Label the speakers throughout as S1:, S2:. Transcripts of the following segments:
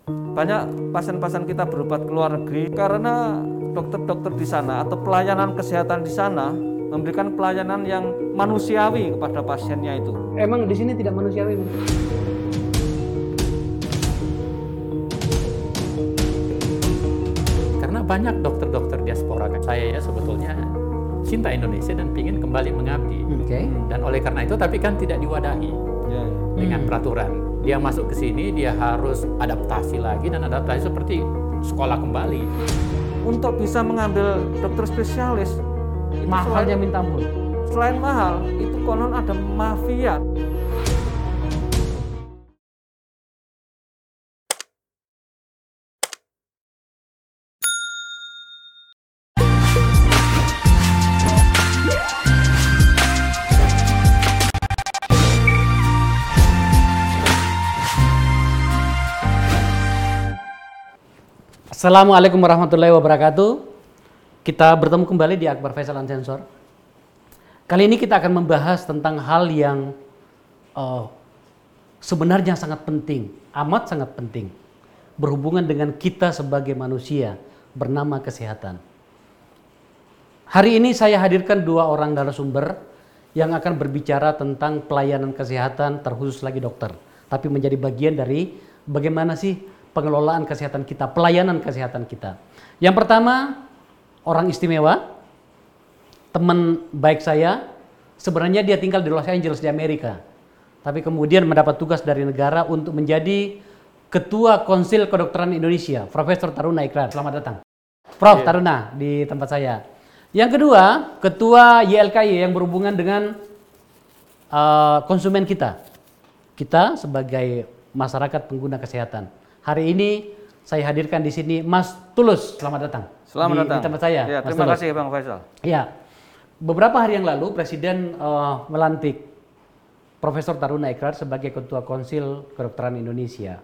S1: Banyak pasien-pasien kita berobat ke luar negeri karena dokter-dokter di sana atau pelayanan kesehatan di sana memberikan pelayanan yang manusiawi kepada pasiennya itu.
S2: Emang di sini tidak manusiawi?
S3: Karena banyak dokter-dokter diaspora, saya ya sebetulnya cinta Indonesia dan ingin kembali mengabdi. Dan oleh karena itu, tapi kan tidak diwadahi dengan peraturan. Dia masuk ke sini, dia harus adaptasi lagi, dan adaptasi seperti sekolah kembali.
S1: Untuk bisa mengambil dokter spesialis,
S2: Mahalnya minta ampun.
S1: selain mahal, itu konon ada mafia.
S2: Assalamualaikum warahmatullahi wabarakatuh. Kita bertemu kembali di Akbar Faisal Unsensor. Kali ini kita akan membahas tentang hal yang sebenarnya sangat penting, amat sangat penting, berhubungan dengan kita sebagai manusia, bernama kesehatan. Hari ini saya hadirkan dua orang narasumber yang akan berbicara tentang pelayanan kesehatan, terkhusus lagi dokter, tapi menjadi bagian dari bagaimana sih pengelolaan kesehatan kita, pelayanan kesehatan kita. Yang pertama, orang istimewa, teman baik saya, sebenarnya dia tinggal di Los Angeles di Amerika, tapi kemudian mendapat tugas dari negara untuk menjadi Ketua Konsil Kedokteran Indonesia, Profesor Taruna Ikrar. Selamat datang, Prof. Taruna di tempat saya. Yang kedua, Ketua YLKI yang berhubungan dengan konsumen kita. Kita sebagai masyarakat pengguna kesehatan. Hari ini saya hadirkan di sini Mas Tulus. Selamat datang.
S1: Selamat datang
S2: di tempat saya.
S1: Ya,
S2: Mas
S1: terima
S2: Tulus.
S1: kasih Bang Faisal.
S2: Ya, beberapa hari yang lalu Presiden melantik Profesor Taruna Ikrar sebagai Ketua Konsil Kedokteran Indonesia.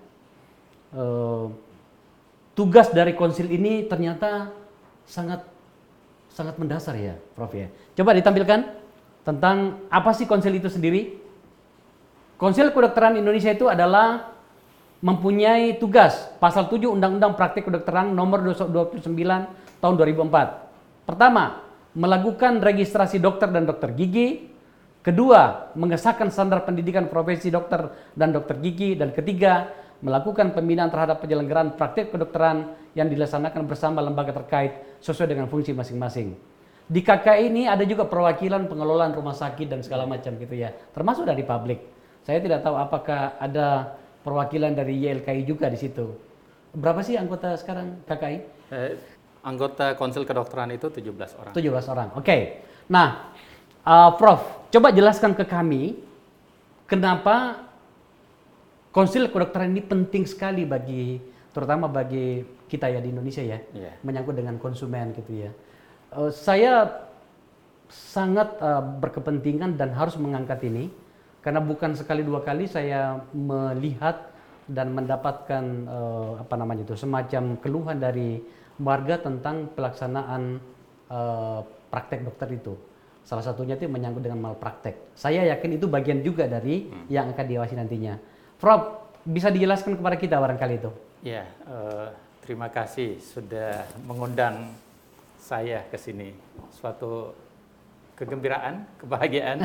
S2: Tugas dari konsil ini ternyata sangat mendasar ya, Prof ya. Coba ditampilkan tentang apa sih konsil itu sendiri. Konsil Kedokteran Indonesia itu adalah mempunyai tugas pasal 7 Undang-Undang Praktik Kedokteran nomor 29 tahun 2004. Pertama, melakukan registrasi dokter dan dokter gigi. Kedua, mengesahkan standar pendidikan profesi dokter dan dokter gigi. Dan ketiga, melakukan pembinaan terhadap penyelenggaraan praktik kedokteran yang dilaksanakan bersama lembaga terkait sesuai dengan fungsi masing-masing. Di KKI ini ada juga perwakilan pengelolaan rumah sakit dan segala macam gitu ya, termasuk dari publik. Saya tidak tahu apakah ada perwakilan dari YLKI juga di situ. Berapa sih anggota sekarang KKI?
S3: Anggota Konsil Kedokteran itu 17 orang.
S2: 17 orang, oke. Nah, Prof, coba jelaskan ke kami kenapa Konsil Kedokteran ini penting sekali terutama bagi kita ya di Indonesia ya, menyangkut dengan konsumen gitu ya. Saya sangat berkepentingan dan harus mengangkat ini, karena bukan sekali dua kali saya melihat dan mendapatkan semacam keluhan dari warga tentang pelaksanaan praktek dokter itu. Salah satunya itu menyangkut dengan malpraktek. Saya yakin itu bagian juga dari yang akan diawasi nantinya. Prof, bisa dijelaskan kepada kita barangkali itu?
S3: Ya, terima kasih sudah mengundang saya ke sini. Suatu kegembiraan, kebahagiaan.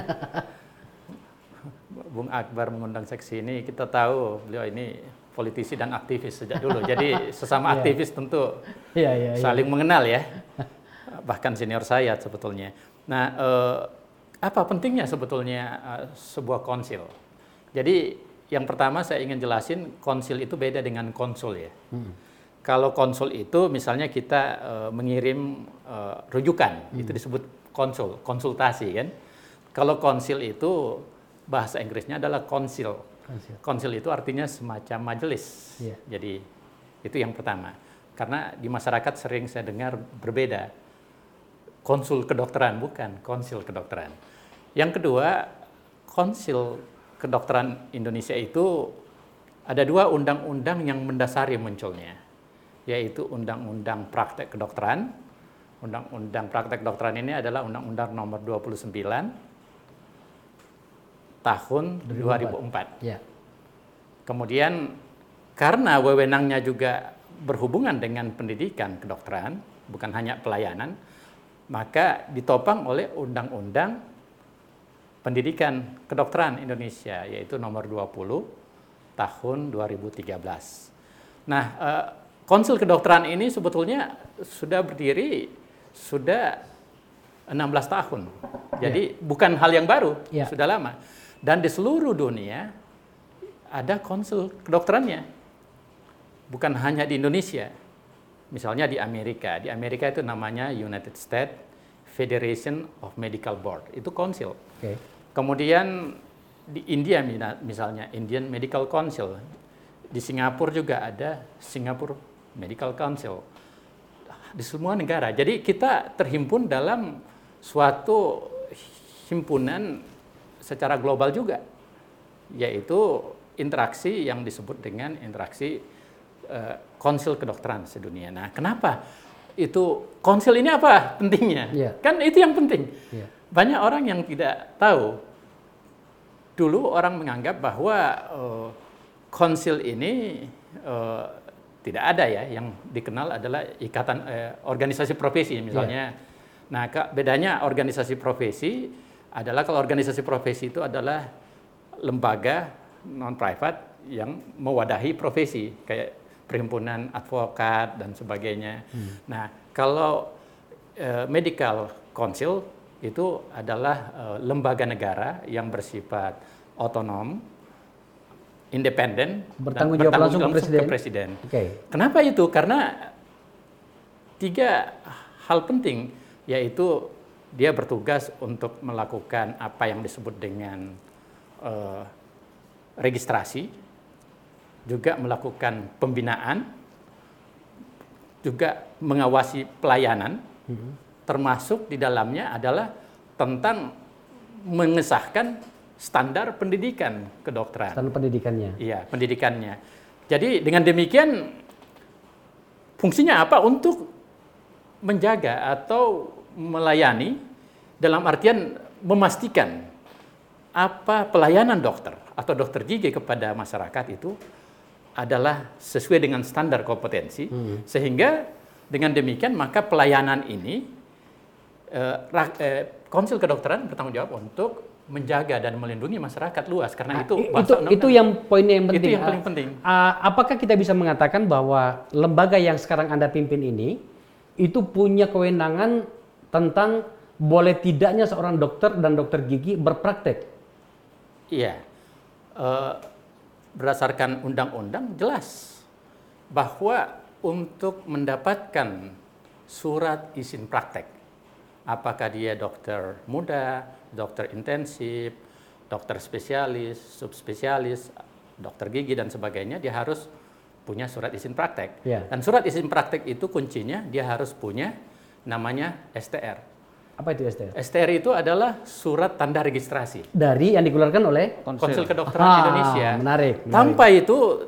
S3: Bung Akbar mengundang saya ke sini, kita tahu beliau ini politisi dan aktivis sejak dulu. Jadi sesama aktivis tentu saling mengenal ya. Bahkan senior saya sebetulnya. Nah, apa pentingnya sebetulnya sebuah konsil? Jadi yang pertama saya ingin jelasin, konsil itu beda dengan konsul ya. Kalau konsul itu misalnya kita mengirim rujukan, itu disebut konsul, konsultasi kan. Kalau konsil itu bahasa Inggrisnya adalah konsil. Konsil itu artinya semacam majelis. Jadi itu yang pertama. Karena di masyarakat sering saya dengar berbeda. Konsul kedokteran, bukan konsil kedokteran. Yang kedua, Konsil Kedokteran Indonesia itu ada dua undang-undang yang mendasari munculnya, yaitu Undang-Undang Praktek Kedokteran. Undang-Undang Praktek Kedokteran ini adalah Undang-Undang nomor 29 tahun 2004.
S2: Ya.
S3: Kemudian karena wewenangnya juga berhubungan dengan pendidikan kedokteran, bukan hanya pelayanan, maka ditopang oleh Undang-Undang Pendidikan Kedokteran Indonesia, yaitu nomor 20 tahun 2013. Nah, Konsil Kedokteran ini sebetulnya sudah berdiri sudah 16 tahun. Jadi bukan hal yang baru, sudah lama. Dan di seluruh dunia ada konsil kedokterannya. Bukan hanya di Indonesia. Misalnya di Amerika. Di Amerika itu namanya United States Federation of Medical Board. Itu konsil. Kemudian di India misalnya Indian Medical Council. Di Singapura juga ada Singapore Medical Council. Di semua negara. Jadi kita terhimpun dalam suatu himpunan secara global juga. Yaitu interaksi yang disebut dengan interaksi konsil kedokteran sedunia. Nah, kenapa itu konsil ini apa pentingnya? Kan itu yang penting. Banyak orang yang tidak tahu. Dulu orang menganggap bahwa konsil ini tidak ada ya, yang dikenal adalah ikatan organisasi profesi misalnya. Nah, bedanya organisasi profesi adalah kalau organisasi profesi itu adalah lembaga non-private yang mewadahi profesi kayak perhimpunan advokat dan sebagainya. Nah, kalau medical council itu adalah lembaga negara yang bersifat otonom, independen,
S2: bertanggung jawab langsung ke presiden.
S3: Kenapa itu? Karena 3 hal penting, yaitu dia bertugas untuk melakukan apa yang disebut dengan registrasi, juga melakukan pembinaan, juga mengawasi pelayanan, termasuk di dalamnya adalah tentang mengesahkan standar pendidikan kedokteran.
S2: Standar pendidikannya.
S3: Iya, pendidikannya. Jadi dengan demikian fungsinya apa? Untuk menjaga atau melayani dalam artian memastikan apa pelayanan dokter atau dokter gigi kepada masyarakat itu adalah sesuai dengan standar kompetensi, sehingga dengan demikian maka pelayanan ini konsil kedokteran bertanggung jawab untuk menjaga dan melindungi masyarakat luas, karena
S2: itu yang poinnya yang penting.
S3: Itu yang paling penting.
S2: Apakah kita bisa mengatakan bahwa lembaga yang sekarang Anda pimpin ini itu punya kewenangan tentang boleh tidaknya seorang dokter dan dokter gigi berpraktek?
S3: Iya. Berdasarkan undang-undang jelas bahwa untuk mendapatkan surat izin praktek, apakah dia dokter muda, dokter intensif, dokter spesialis, subspesialis, dokter gigi dan sebagainya, dia harus punya surat izin praktek. Dan surat izin praktek itu kuncinya dia harus punya namanya STR.
S2: Apa itu STR?
S3: STR itu adalah surat tanda registrasi.
S2: Dari yang dikeluarkan oleh
S3: Konsil Kedokteran Indonesia.
S2: Menarik.
S3: Tanpa itu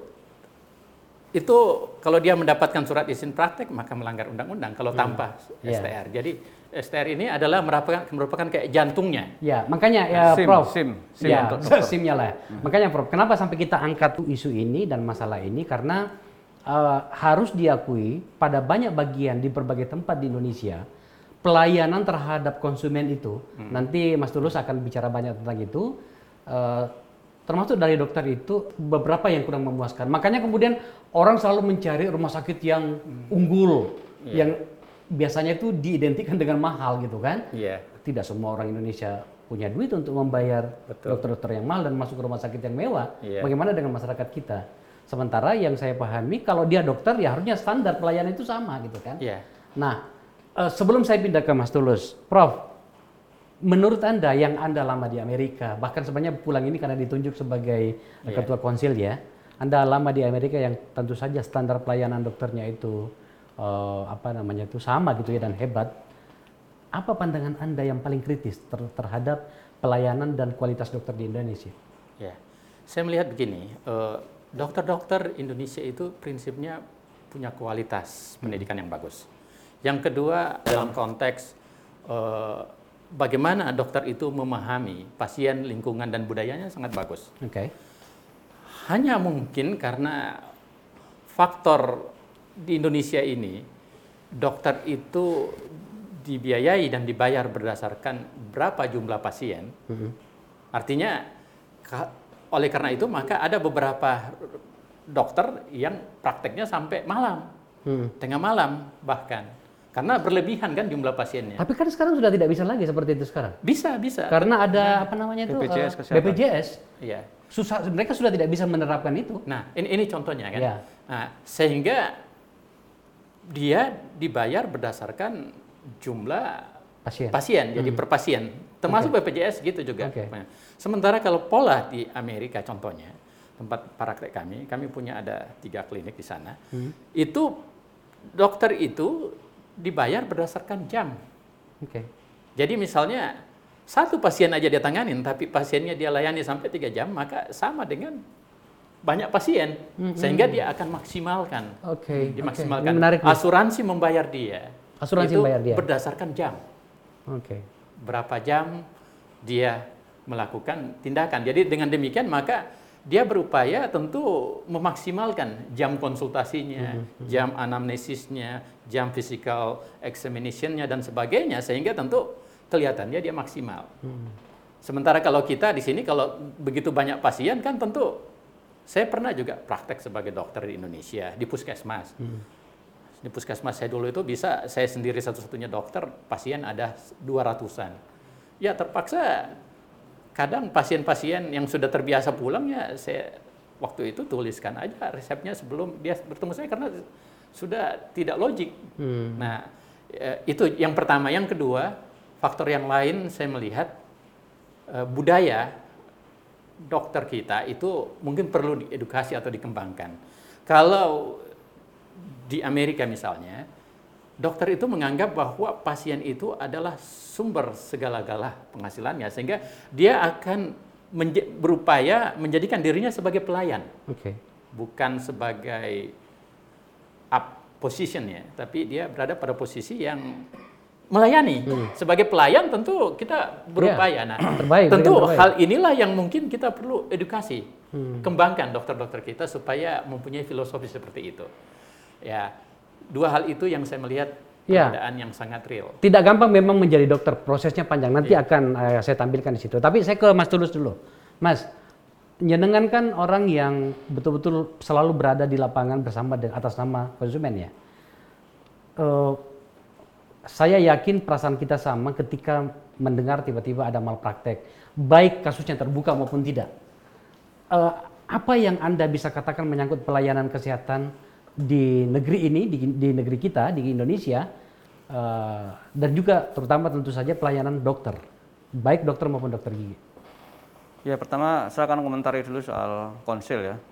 S3: kalau dia mendapatkan surat izin praktek maka melanggar undang-undang kalau tanpa STR. Jadi STR ini adalah merupakan kayak jantungnya.
S2: Ya, makanya ya Prof.
S1: SIM-nya
S2: lah. Makanya Prof, kenapa sampai kita angkat isu ini dan masalah ini, karena harus diakui pada banyak bagian di berbagai tempat di Indonesia pelayanan terhadap konsumen itu, nanti Mas Tulus akan bicara banyak tentang itu, termasuk dari dokter itu beberapa yang kurang memuaskan. Makanya kemudian orang selalu mencari rumah sakit yang unggul, yang biasanya itu diidentikan dengan mahal gitu kan. Tidak semua orang Indonesia punya duit untuk membayar dokter-dokter yang mahal dan masuk ke rumah sakit yang mewah. Bagaimana dengan masyarakat kita? Sementara yang saya pahami kalau dia dokter ya harusnya standar pelayanan itu sama gitu kan. Nah, sebelum saya pindah ke Mas Tulus, Prof, menurut Anda yang Anda lama di Amerika, bahkan sebenarnya pulang ini karena ditunjuk sebagai ketua konsil ya, Anda lama di Amerika yang tentu saja standar pelayanan dokternya itu itu sama gitu ya dan hebat. Apa pandangan Anda yang paling kritis terhadap pelayanan dan kualitas dokter di Indonesia?
S3: Saya melihat begini, dokter-dokter Indonesia itu prinsipnya punya kualitas pendidikan yang bagus. Yang kedua, dalam konteks bagaimana dokter itu memahami pasien, lingkungan, dan budayanya sangat bagus. Hanya mungkin karena faktor di Indonesia ini, dokter itu dibiayai dan dibayar berdasarkan berapa jumlah pasien. Artinya, oleh karena itu maka ada beberapa dokter yang prakteknya sampai malam, tengah malam bahkan. Karena berlebihan kan jumlah pasiennya.
S2: Tapi kan sekarang sudah tidak bisa lagi seperti itu sekarang.
S3: Bisa.
S2: Karena ada apa namanya itu BPJS.
S3: Iya.
S2: Susah, mereka sudah tidak bisa menerapkan itu.
S3: Nah, ini contohnya kan.
S2: Ya.
S3: Nah, sehingga dia dibayar berdasarkan jumlah pasien jadi per pasien, termasuk BPJS gitu juga. Nah, sementara kalau pola di Amerika contohnya, tempat praktek kami punya ada 3 klinik di sana, itu dokter itu dibayar berdasarkan jam. Jadi misalnya satu pasien aja dia tanganin, tapi pasiennya dia layani sampai 3 jam, maka sama dengan banyak pasien, sehingga dia akan maksimalkan. Dimaksimalkan. Asuransi membayar dia.
S2: Asuransi membayar dia
S3: berdasarkan jam. Berapa jam dia melakukan tindakan. Jadi dengan demikian maka dia berupaya tentu memaksimalkan jam konsultasinya, jam anamnesisnya, jam physical examination-nya dan sebagainya, sehingga tentu kelihatannya dia maksimal. Sementara kalau kita di sini kalau begitu banyak pasien kan tentu, saya pernah juga praktek sebagai dokter di Indonesia di puskesmas. Di puskesmas saya dulu itu bisa saya sendiri satu-satunya dokter, pasien ada 200-an. Ya terpaksa kadang pasien-pasien yang sudah terbiasa pulang ya saya waktu itu tuliskan aja resepnya sebelum dia bertemu saya karena sudah tidak logik. Nah, itu yang pertama. Yang kedua, faktor yang lain saya melihat budaya dokter kita itu mungkin perlu diedukasi atau dikembangkan. Kalau di Amerika misalnya, dokter itu menganggap bahwa pasien itu adalah sumber segala-gala penghasilannya, sehingga dia akan berupaya menjadikan dirinya sebagai pelayan, bukan sebagai position ya, tapi dia berada pada posisi yang melayani. Sebagai pelayan tentu kita berupaya. Nah, tentu hal inilah yang mungkin kita perlu edukasi, kembangkan dokter-dokter kita supaya mempunyai filosofi seperti itu. Ya, 2 hal itu yang saya melihat perbedaan yang sangat real.
S2: Tidak gampang memang menjadi dokter, prosesnya panjang. Nanti akan saya tampilkan di situ. Tapi saya ke Mas Tulus dulu. Mas, jenengan kan orang yang betul-betul selalu berada di lapangan bersama atas nama konsumen ya. Saya yakin perasaan kita sama ketika mendengar tiba-tiba ada malpraktek, baik kasusnya terbuka maupun tidak. Apa yang Anda bisa katakan menyangkut pelayanan kesehatan di negeri ini, di negeri kita, di Indonesia, dan juga terutama tentu saja pelayanan dokter, baik dokter maupun dokter gigi?
S1: Ya, pertama saya akan komentari dulu soal konsil ya.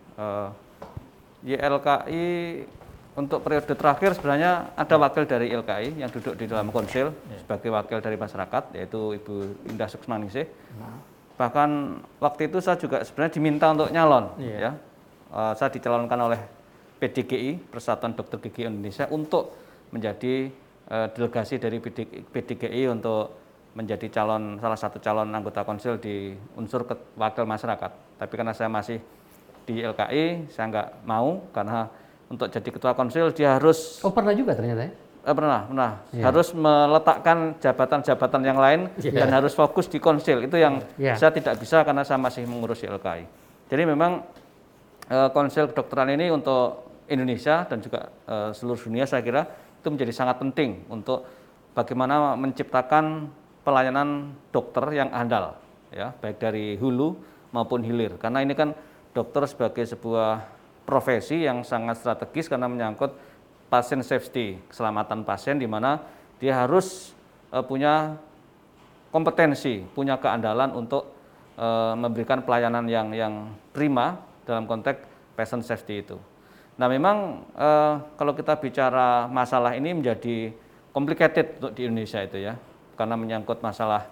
S1: YLKI untuk periode terakhir sebenarnya ada wakil dari YLKI yang duduk di dalam konsil sebagai wakil dari masyarakat, yaitu Ibu Indah Suksmaningsih. Bahkan waktu itu saya juga sebenarnya diminta untuk nyalon. Ya. Saya dicalonkan oleh PDGI, Persatuan Dokter Gigi Indonesia, untuk menjadi delegasi dari PDGI untuk menjadi salah satu calon anggota konsil di unsur wakil masyarakat. Tapi karena saya masih di LKI, saya nggak mau, karena untuk jadi ketua konsil dia harus...
S2: Oh, pernah juga ternyata ya?
S1: Pernah. Harus meletakkan jabatan-jabatan yang lain dan harus fokus di konsil. Itu yang saya tidak bisa karena saya masih mengurus LKI. Jadi memang konsil kedokteran ini untuk Indonesia dan juga seluruh dunia saya kira itu menjadi sangat penting untuk bagaimana menciptakan pelayanan dokter yang andal, ya, baik dari hulu maupun hilir. Karena ini kan dokter sebagai sebuah profesi yang sangat strategis karena menyangkut patient safety, keselamatan pasien, di mana dia harus punya kompetensi, punya keandalan untuk memberikan pelayanan yang prima dalam konteks patient safety itu. Nah, memang kalau kita bicara masalah ini menjadi complicated untuk di Indonesia itu ya, karena menyangkut masalah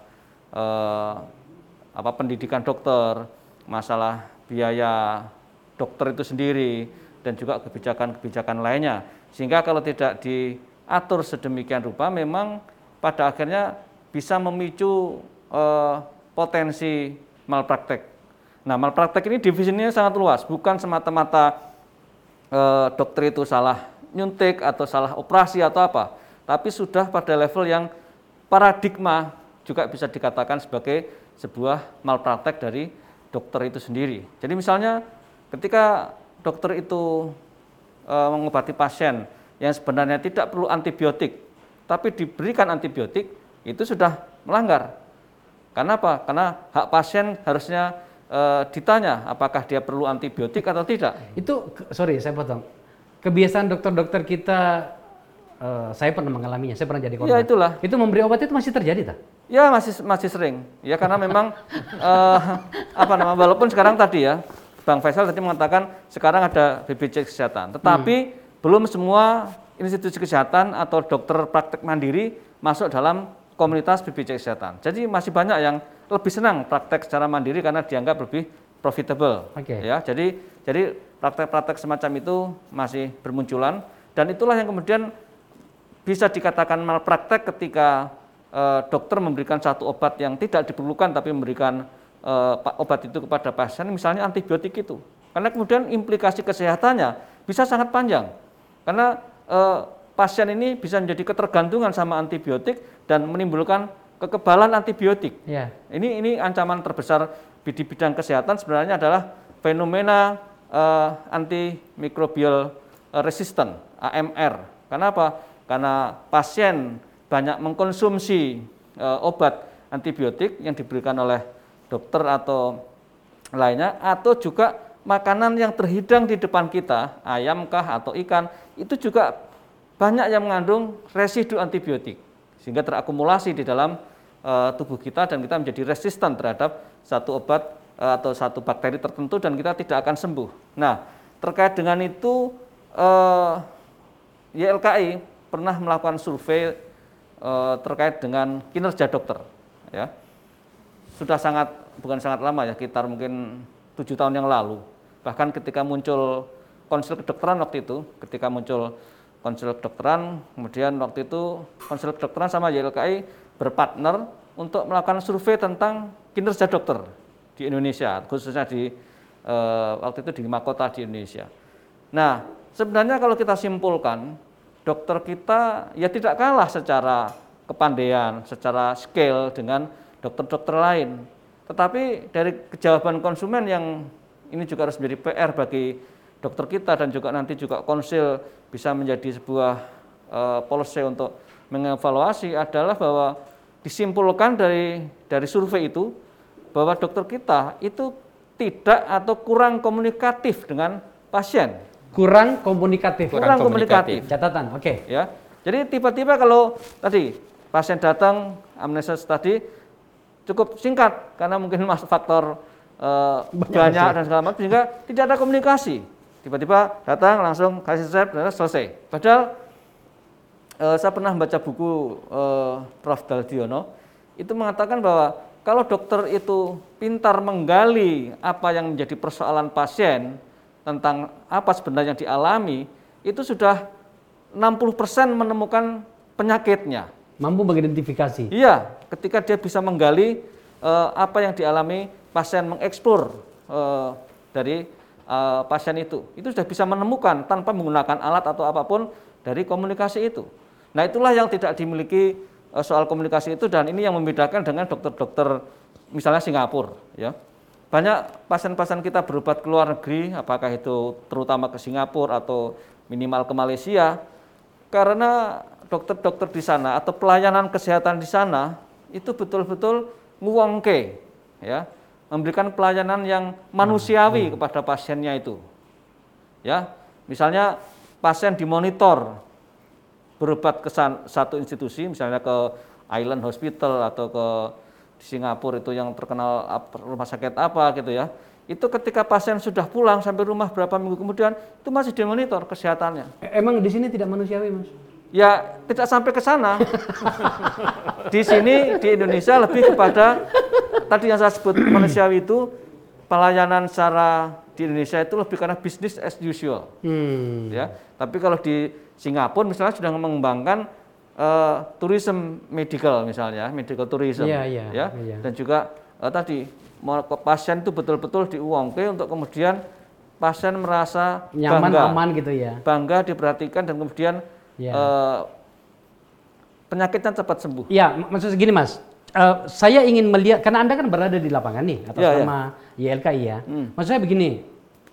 S1: pendidikan dokter, masalah biaya dokter itu sendiri, dan juga kebijakan-kebijakan lainnya. Sehingga kalau tidak diatur sedemikian rupa, memang pada akhirnya bisa memicu potensi malpraktek. Nah, malpraktek ini divisinya sangat luas, bukan semata-mata dokter itu salah nyuntik atau salah operasi atau apa, tapi sudah pada level yang paradigma juga bisa dikatakan sebagai sebuah malpraktek dari dokter itu sendiri. Jadi misalnya ketika dokter itu mengobati pasien yang sebenarnya tidak perlu antibiotik, tapi diberikan antibiotik, itu sudah melanggar. Karena apa? Karena hak pasien harusnya ditanya apakah dia perlu antibiotik atau tidak.
S2: Itu, sorry saya potong, kebiasaan dokter-dokter kita, saya pernah mengalaminya, saya pernah jadi korban.
S1: Ya itulah.
S2: Itu memberi obat itu masih terjadi tak?
S1: Ya masih sering. Ya karena memang walaupun sekarang tadi ya Bang Faisal tadi mengatakan sekarang ada BPJS Kesehatan, tetapi belum semua institusi kesehatan atau dokter praktek mandiri masuk dalam komunitas BPJS Kesehatan. Jadi masih banyak yang lebih senang praktek secara mandiri karena dianggap lebih profitable. Ya, jadi praktek-praktek semacam itu masih bermunculan dan itulah yang kemudian bisa dikatakan malpraktek ketika dokter memberikan satu obat yang tidak diperlukan tapi memberikan obat itu kepada pasien, misalnya antibiotik itu. Karena kemudian implikasi kesehatannya bisa sangat panjang. Karena pasien ini bisa menjadi ketergantungan sama antibiotik dan menimbulkan kekebalan antibiotik.
S2: Yeah.
S1: Ini ancaman terbesar di bidang kesehatan sebenarnya adalah fenomena antimicrobial resistant (AMR). Karena apa? Karena pasien banyak mengkonsumsi obat antibiotik yang diberikan oleh dokter atau lainnya, atau juga makanan yang terhidang di depan kita, ayam kah atau ikan, itu juga banyak yang mengandung residu antibiotik sehingga terakumulasi di dalam tubuh kita dan kita menjadi resisten terhadap satu obat atau satu bakteri tertentu dan kita tidak akan sembuh. Nah, terkait dengan itu YLKI pernah melakukan survei terkait dengan kinerja dokter, ya. Sudah bukan sangat lama ya, sekitar mungkin 7 tahun yang lalu. Bahkan ketika muncul konsil kedokteran waktu itu, kemudian waktu itu konsil kedokteran sama YLKI berpartner untuk melakukan survei tentang kinerja dokter di Indonesia, khususnya di waktu itu di 5 kota di Indonesia. Nah, sebenarnya kalau kita simpulkan, dokter kita ya tidak kalah secara kepandaian, secara skill dengan dokter-dokter lain. Tetapi dari jawaban konsumen yang ini juga harus menjadi PR bagi dokter kita dan juga nanti juga konsil bisa menjadi sebuah policy untuk mengevaluasi adalah bahwa disimpulkan dari survei itu bahwa dokter kita itu tidak atau kurang komunikatif dengan pasien.
S2: Kurang komunikatif.
S1: Catatan,
S2: oke.
S1: Ya, jadi tiba-tiba kalau tadi pasien datang amnesis tadi cukup singkat karena mungkin faktor banyak dan segala macam sehingga tidak ada komunikasi. Tiba-tiba datang langsung kasih resep dan selesai. Padahal saya pernah membaca buku Prof. Daldiono itu mengatakan bahwa kalau dokter itu pintar menggali apa yang menjadi persoalan pasien tentang apa sebenarnya yang dialami, itu sudah 60% menemukan penyakitnya.
S2: Mampu mengidentifikasi.
S1: Iya, ketika dia bisa menggali apa yang dialami pasien, mengeksplor dari pasien itu sudah bisa menemukan tanpa menggunakan alat atau apapun dari komunikasi itu. Nah, itulah yang tidak dimiliki soal komunikasi itu dan ini yang membedakan dengan dokter-dokter misalnya Singapura, ya. Banyak pasien-pasien kita berobat ke luar negeri, apakah itu terutama ke Singapura atau minimal ke Malaysia, karena dokter-dokter di sana atau pelayanan kesehatan di sana itu betul-betul nguwongke, ya, memberikan pelayanan yang manusiawi kepada pasiennya itu. Ya, misalnya pasien dimonitor berobat ke satu institusi, misalnya ke Island Hospital atau ke di Singapura itu yang terkenal rumah sakit apa gitu ya. Itu ketika pasien sudah pulang sampai rumah berapa minggu kemudian itu masih dimonitor kesehatannya.
S2: Emang di sini tidak manusiawi, Mas?
S1: Ya, tidak sampai ke sana. Di sini di Indonesia lebih kepada tadi yang saya sebut manusiawi itu pelayanan secara di Indonesia itu lebih karena business as usual. Ya, tapi kalau di Singapura misalnya sudah mengembangkan tourism medical misalnya, medical tourism,
S2: ya.
S1: Dan juga tadi pasien itu betul-betul diuangke untuk kemudian pasien merasa
S2: nyaman,
S1: bangga,
S2: aman gitu ya.
S1: Bangga diperhatikan dan kemudian penyakitnya cepat sembuh.
S2: Iya, maksudnya gini Mas. Saya ingin melihat, karena Anda kan berada di lapangan nih atas nama YLKI ya. Maksud saya begini,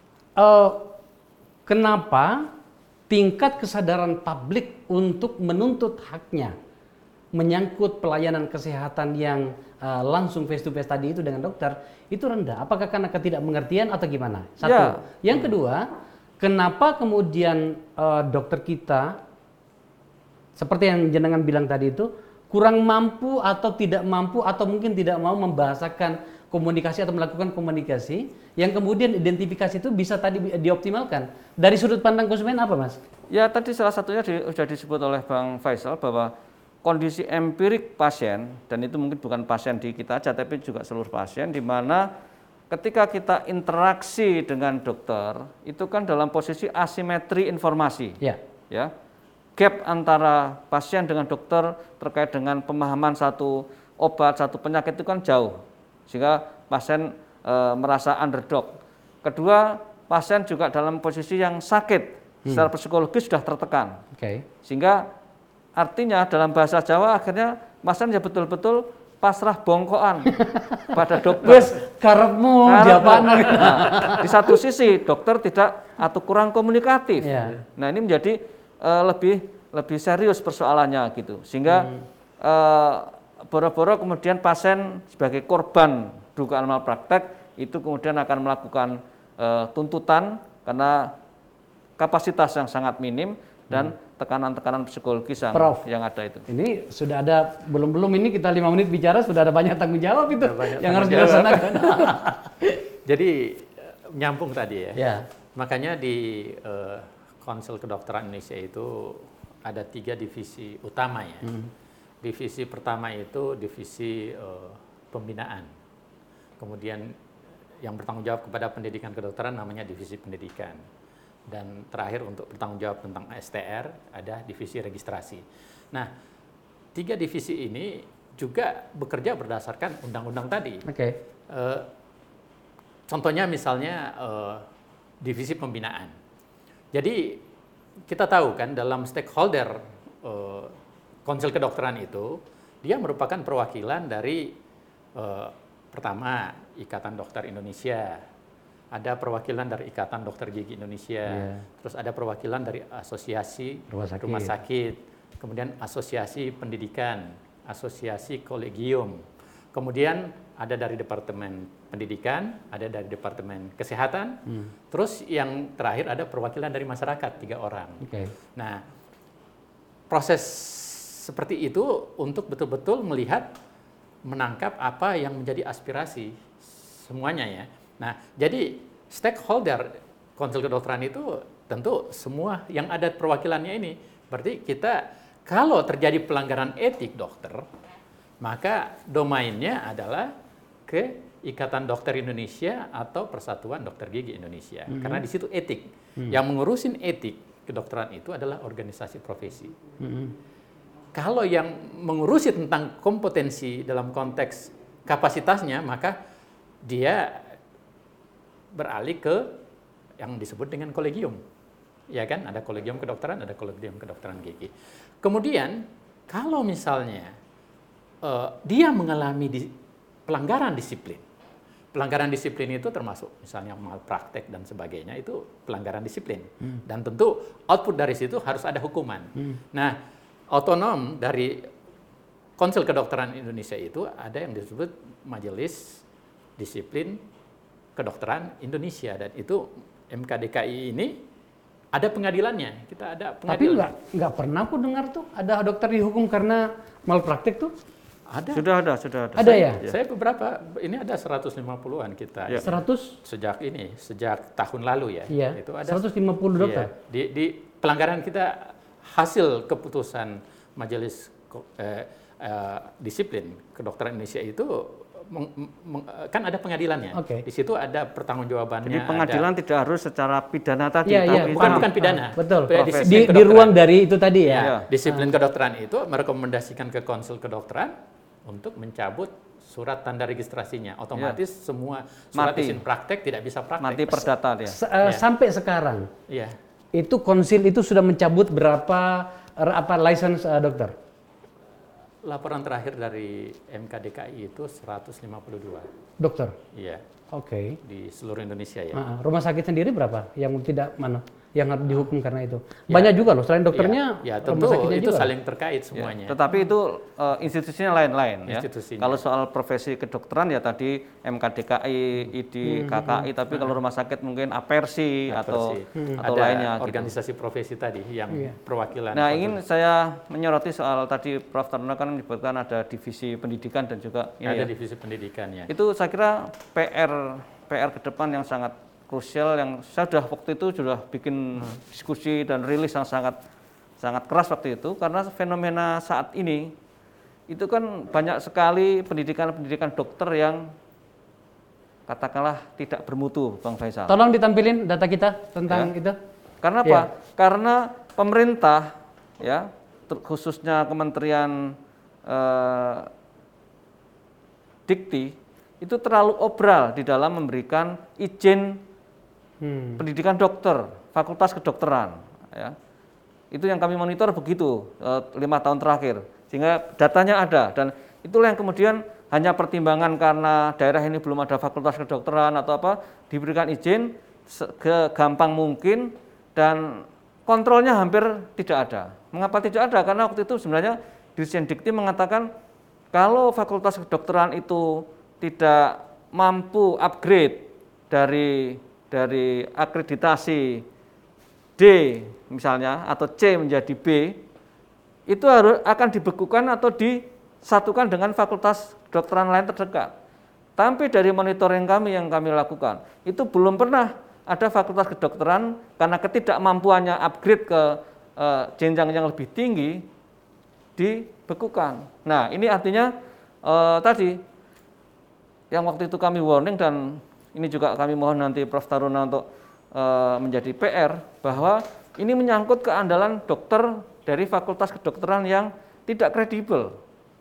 S2: kenapa tingkat kesadaran publik untuk menuntut haknya menyangkut pelayanan kesehatan yang langsung face to face tadi itu dengan dokter itu rendah? Apakah karena ketidakmengertian atau gimana? Satu. Yang kedua, kenapa kemudian dokter kita seperti yang jenengan bilang tadi itu kurang mampu atau tidak mampu atau mungkin tidak mau membahasakan komunikasi atau melakukan komunikasi yang kemudian identifikasi itu bisa tadi dioptimalkan. Dari sudut pandang konsumen apa Mas?
S1: Ya tadi salah satunya sudah disebut oleh Bang Faisal bahwa kondisi empirik pasien, dan itu mungkin bukan pasien di kita aja tapi juga seluruh pasien, di mana ketika kita interaksi dengan dokter itu kan dalam posisi asimetri informasi. Ya. Gap antara pasien dengan dokter terkait dengan pemahaman satu obat, satu penyakit itu kan jauh, sehingga pasien merasa underdog. Kedua, pasien juga dalam posisi yang sakit, secara psikologis sudah tertekan, sehingga artinya dalam bahasa Jawa akhirnya pasien ya betul-betul pasrah bongkoan pada dokter.
S2: Wes karepmu jawaban.
S1: Di satu sisi dokter tidak atau kurang komunikatif. Nah ini menjadi lebih serius persoalannya gitu, sehingga boro-boro kemudian pasien sebagai korban dugaan malpraktek itu kemudian akan melakukan tuntutan karena kapasitas yang sangat minim dan tekanan-tekanan psikologis yang ada itu.
S2: Ini sudah ada belum ini kita 5 menit bicara sudah ada banyak tanggung jawab itu yang harus dilaksanakan.
S3: Jadi nyambung tadi ya.
S2: Ya.
S3: Makanya di Konsil Kedokteran Indonesia itu ada 3 divisi utama ya. Divisi pertama itu divisi pembinaan. Kemudian yang bertanggung jawab kepada pendidikan kedokteran namanya divisi pendidikan. Dan terakhir untuk bertanggung jawab tentang STR ada divisi registrasi. Nah, 3 divisi ini juga bekerja berdasarkan undang-undang tadi. Contohnya misalnya divisi pembinaan. Jadi kita tahu kan dalam stakeholder Konsil Kedokteran itu dia merupakan perwakilan dari pertama Ikatan Dokter Indonesia, ada perwakilan dari Ikatan Dokter Gigi Indonesia, terus ada perwakilan dari Asosiasi Rumah Sakit, kemudian Asosiasi Pendidikan, Asosiasi Kolegium, kemudian ada dari Departemen Pendidikan, ada dari Departemen Kesehatan, terus yang terakhir ada perwakilan dari masyarakat 3 orang. Nah, proses seperti itu untuk betul-betul melihat, menangkap apa yang menjadi aspirasi semuanya ya. Nah, jadi stakeholder Konsil Kedokteran itu tentu semua yang ada perwakilannya ini. Berarti kita kalau terjadi pelanggaran etik dokter, maka domainnya adalah ke Ikatan Dokter Indonesia atau Persatuan Dokter Gigi Indonesia. Karena di situ etik. Yang mengurusin etik kedokteran itu adalah organisasi profesi. Kalau yang mengurusi tentang kompetensi dalam konteks kapasitasnya, maka dia beralih ke yang disebut dengan kolegium. Ya kan, ada kolegium kedokteran, ada kolegium kedokteran gigi. Kemudian kalau misalnya dia mengalami pelanggaran disiplin. Pelanggaran disiplin itu termasuk misalnya malpraktek dan sebagainya, itu pelanggaran disiplin. Dan tentu output dari situ harus ada hukuman. Nah, otonom dari Konsil Kedokteran Indonesia itu ada yang disebut Majelis Disiplin Kedokteran Indonesia, dan itu MKDKI ini ada pengadilannya. Kita ada pengadilan.
S2: Tapi nggak pernah aku dengar tuh ada dokter dihukum karena malpraktek tuh.
S3: Ada.
S1: Sudah ada.
S2: Ada ya?
S3: Saya beberapa, ini ada 150-an kita.
S1: Ya.
S2: 100?
S3: Sejak tahun lalu ya.
S2: Iya.
S3: Itu ada
S2: 150 dokter.
S3: Iya. Di pelanggaran kita hasil keputusan Majelis Disiplin Kedokteran Indonesia itu kan ada pengadilannya. Di situ ada pertanggungjawabannya.
S1: Jadi pengadilan tidak harus secara pidana tadi,
S2: tapi
S3: bukan pidana.
S2: Betul. Di ruang dari itu tadi ya.
S3: Disiplin kedokteran itu merekomendasikan ke Konsil Kedokteran untuk mencabut surat tanda registrasinya, otomatis semua surat izin praktek tidak bisa praktek.
S1: Mati perdata dia.
S2: Sampai sekarang, itu konsil itu sudah mencabut berapa license dokter?
S3: Laporan terakhir dari MKDKI itu 152.
S2: Dokter?
S3: Iya.
S2: Oke.
S3: Di seluruh Indonesia ya.
S2: Rumah sakit sendiri berapa yang tidak yang dihukum karena itu? Banyak juga loh, selain dokternya,
S3: tentu itu juga saling terkait semuanya.
S1: Tetapi itu institusinya lain-lain ya. Kalau soal profesi kedokteran ya tadi MKDKI, ID, KKI, tapi kalau rumah sakit mungkin Apersi atau lainnya.
S3: Organisasi profesi tadi yang perwakilan.
S1: Nah, ingin saya menyoroti soal tadi Prof. Taruna kan menyebutkan ada divisi pendidikan dan juga
S3: divisi pendidikan ya.
S1: Itu saya kira PR ke depan yang sangat krusial, yang saya waktu itu sudah bikin diskusi dan rilis yang sangat keras waktu itu, karena fenomena saat ini itu kan banyak sekali pendidikan dokter yang katakanlah tidak bermutu, Bang Faisal.
S2: Tolong ditampilin data kita tentang itu.
S1: Karena apa? Karena pemerintah ya, khususnya Kementerian Dikti itu terlalu obral di dalam memberikan izin pendidikan dokter, fakultas kedokteran, ya. Itu yang kami monitor begitu 5 tahun terakhir, sehingga datanya ada, dan itulah yang kemudian hanya pertimbangan karena daerah ini belum ada fakultas kedokteran atau apa, diberikan izin segampang mungkin dan kontrolnya hampir tidak ada. Mengapa tidak ada? Karena waktu itu sebenarnya Dirjen Dikti mengatakan kalau fakultas kedokteran itu tidak mampu upgrade dari akreditasi D misalnya atau C menjadi B, itu akan dibekukan atau disatukan dengan fakultas kedokteran lain terdekat. Tapi dari monitoring kami yang kami lakukan, itu belum pernah ada fakultas kedokteran karena ketidakmampuannya upgrade ke jenjang yang lebih tinggi dibekukan. Nah, ini artinya tadi yang waktu itu kami warning, dan ini juga kami mohon nanti Prof. Taruna untuk menjadi PR, bahwa ini menyangkut keandalan dokter dari fakultas kedokteran yang tidak kredibel.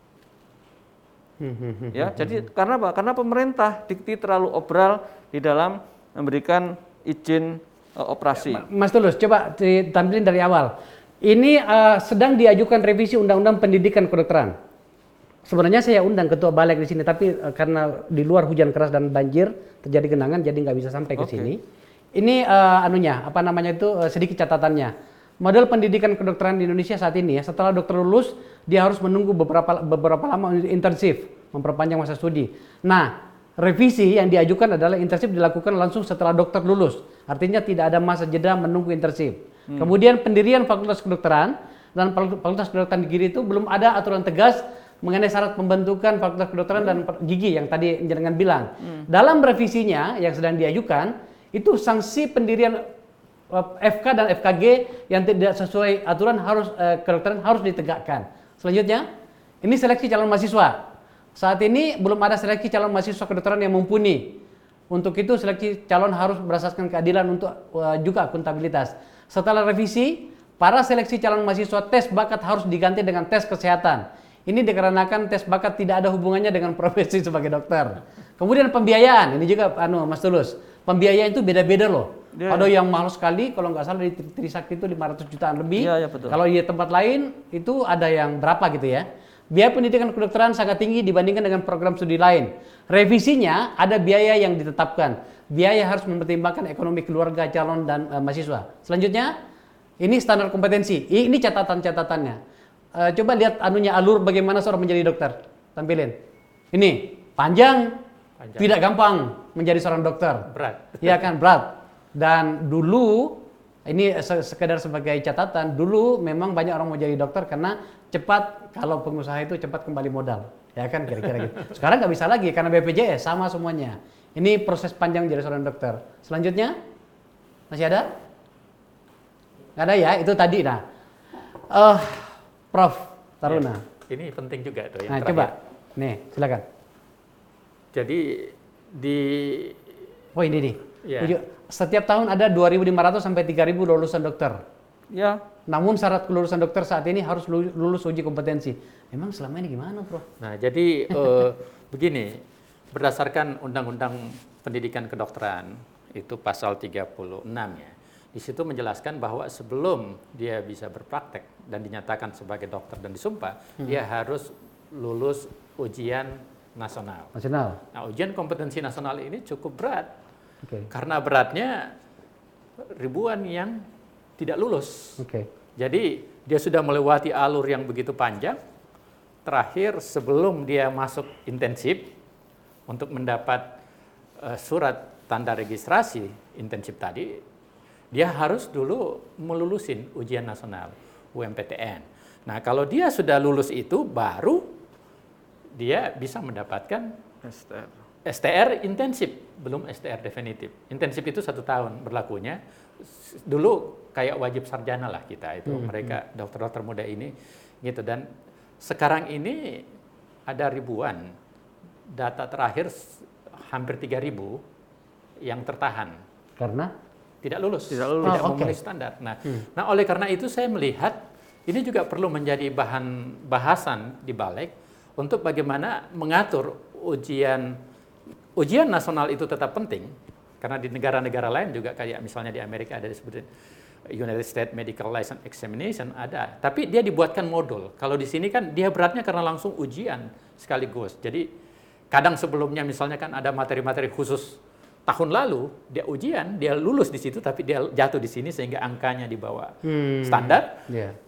S1: Ya, jadi karena apa? Karena pemerintah Dikti terlalu obral di dalam memberikan izin operasi.
S2: Mas Tulus, coba ditampilin dari awal. Ini sedang diajukan revisi Undang-Undang Pendidikan Kedokteran. Sebenarnya saya undang Ketua Balik di sini, tapi karena di luar hujan keras dan banjir terjadi genangan, jadi nggak bisa sampai ke sini. Ini sedikit catatannya. Model pendidikan kedokteran di Indonesia saat ini ya, setelah dokter lulus dia harus menunggu beberapa lama intensif, memperpanjang masa studi. Nah, revisi yang diajukan adalah intensif dilakukan langsung setelah dokter lulus. Artinya tidak ada masa jeda menunggu intensif. Kemudian pendirian fakultas kedokteran dan fakultas kedokteran gigi itu belum ada aturan tegas mengenai syarat pembentukan fakultas kedokteran dan gigi yang tadi jenengan bilang. Dalam revisinya yang sedang diajukan, itu sanksi pendirian FK dan FKG yang tidak sesuai aturan kedokteran harus ditegakkan. Selanjutnya, ini seleksi calon mahasiswa. Saat ini belum ada seleksi calon mahasiswa kedokteran yang mumpuni. Untuk itu seleksi calon harus berdasarkan keadilan untuk juga akuntabilitas. Setelah revisi, para seleksi calon mahasiswa tes bakat harus diganti dengan tes kesehatan. Ini dikarenakan tes bakat tidak ada hubungannya dengan profesi sebagai dokter. Kemudian pembiayaan, ini juga Mas Tulus. Pembiayaan itu beda-beda loh. Ada yang mahal sekali, kalau nggak salah di Trisakti itu 500 jutaan lebih.
S1: Betul.
S2: Kalau di tempat lain itu ada yang berapa gitu ya. Biaya pendidikan kedokteran sangat tinggi dibandingkan dengan program studi lain. Revisinya ada biaya yang ditetapkan. Biaya harus mempertimbangkan ekonomi keluarga calon dan mahasiswa. Selanjutnya, ini standar kompetensi. Ini catatan-catatannya. Coba lihat alur bagaimana seorang menjadi dokter. Tampilin. Ini panjang. Tidak gampang menjadi seorang dokter.
S3: Berat.
S2: Iya kan, berat. Dan dulu, ini sekedar sebagai catatan, dulu memang banyak orang mau jadi dokter karena cepat, kalau pengusaha itu cepat kembali modal. Ya kan, kira-kira gitu. Sekarang nggak bisa lagi karena BPJS, sama semuanya. Ini proses panjang jadi seorang dokter. Selanjutnya, masih ada? Nggak ada ya, itu tadi. Nah, Prof. Taruna.
S3: Ya, ini penting juga tuh yang
S2: nah,
S3: terakhir.
S2: Coba, nih silakan.
S3: Jadi
S2: ini nih. Yeah. Setiap tahun ada 2.500 sampai 3.000 lulusan dokter.
S1: Ya.
S2: namun syarat kelulusan dokter saat ini harus lulus uji kompetensi. Memang selama ini gimana, Prof?
S3: Nah, jadi begini, berdasarkan Undang-Undang Pendidikan Kedokteran, itu pasal 36 ya. Di situ menjelaskan bahwa sebelum dia bisa berpraktek dan dinyatakan sebagai dokter dan disumpah, dia harus lulus ujian nasional. Nah, ujian kompetensi nasional ini cukup berat. Karena beratnya ribuan yang tidak lulus. Jadi dia sudah melewati alur yang begitu panjang. Terakhir sebelum dia masuk intensif untuk mendapat surat tanda registrasi intensif tadi, dia harus dulu melulusin ujian nasional UMPTN. Nah, kalau dia sudah lulus itu, baru dia bisa mendapatkan STR intensif, belum STR definitif. Intensif itu 1 tahun berlakunya. Dulu kayak wajib sarjana lah kita itu, mereka dokter-dokter muda ini gitu. Dan sekarang ini ada ribuan, data terakhir hampir 3.000 yang tertahan
S2: karena
S3: tidak lulus, tidak memenuhi standar. Nah, oleh karena itu saya melihat ini juga perlu menjadi bahan bahasan di balik untuk bagaimana mengatur ujian nasional itu tetap penting, karena di negara-negara lain juga kayak misalnya di Amerika ada disebut United States Medical License Examination ada, tapi dia dibuatkan modul. Kalau di sini kan dia beratnya karena langsung ujian sekaligus. Jadi kadang sebelumnya misalnya kan ada materi-materi khusus tahun lalu dia ujian, dia lulus di situ, tapi dia jatuh di sini sehingga angkanya di bawah standar.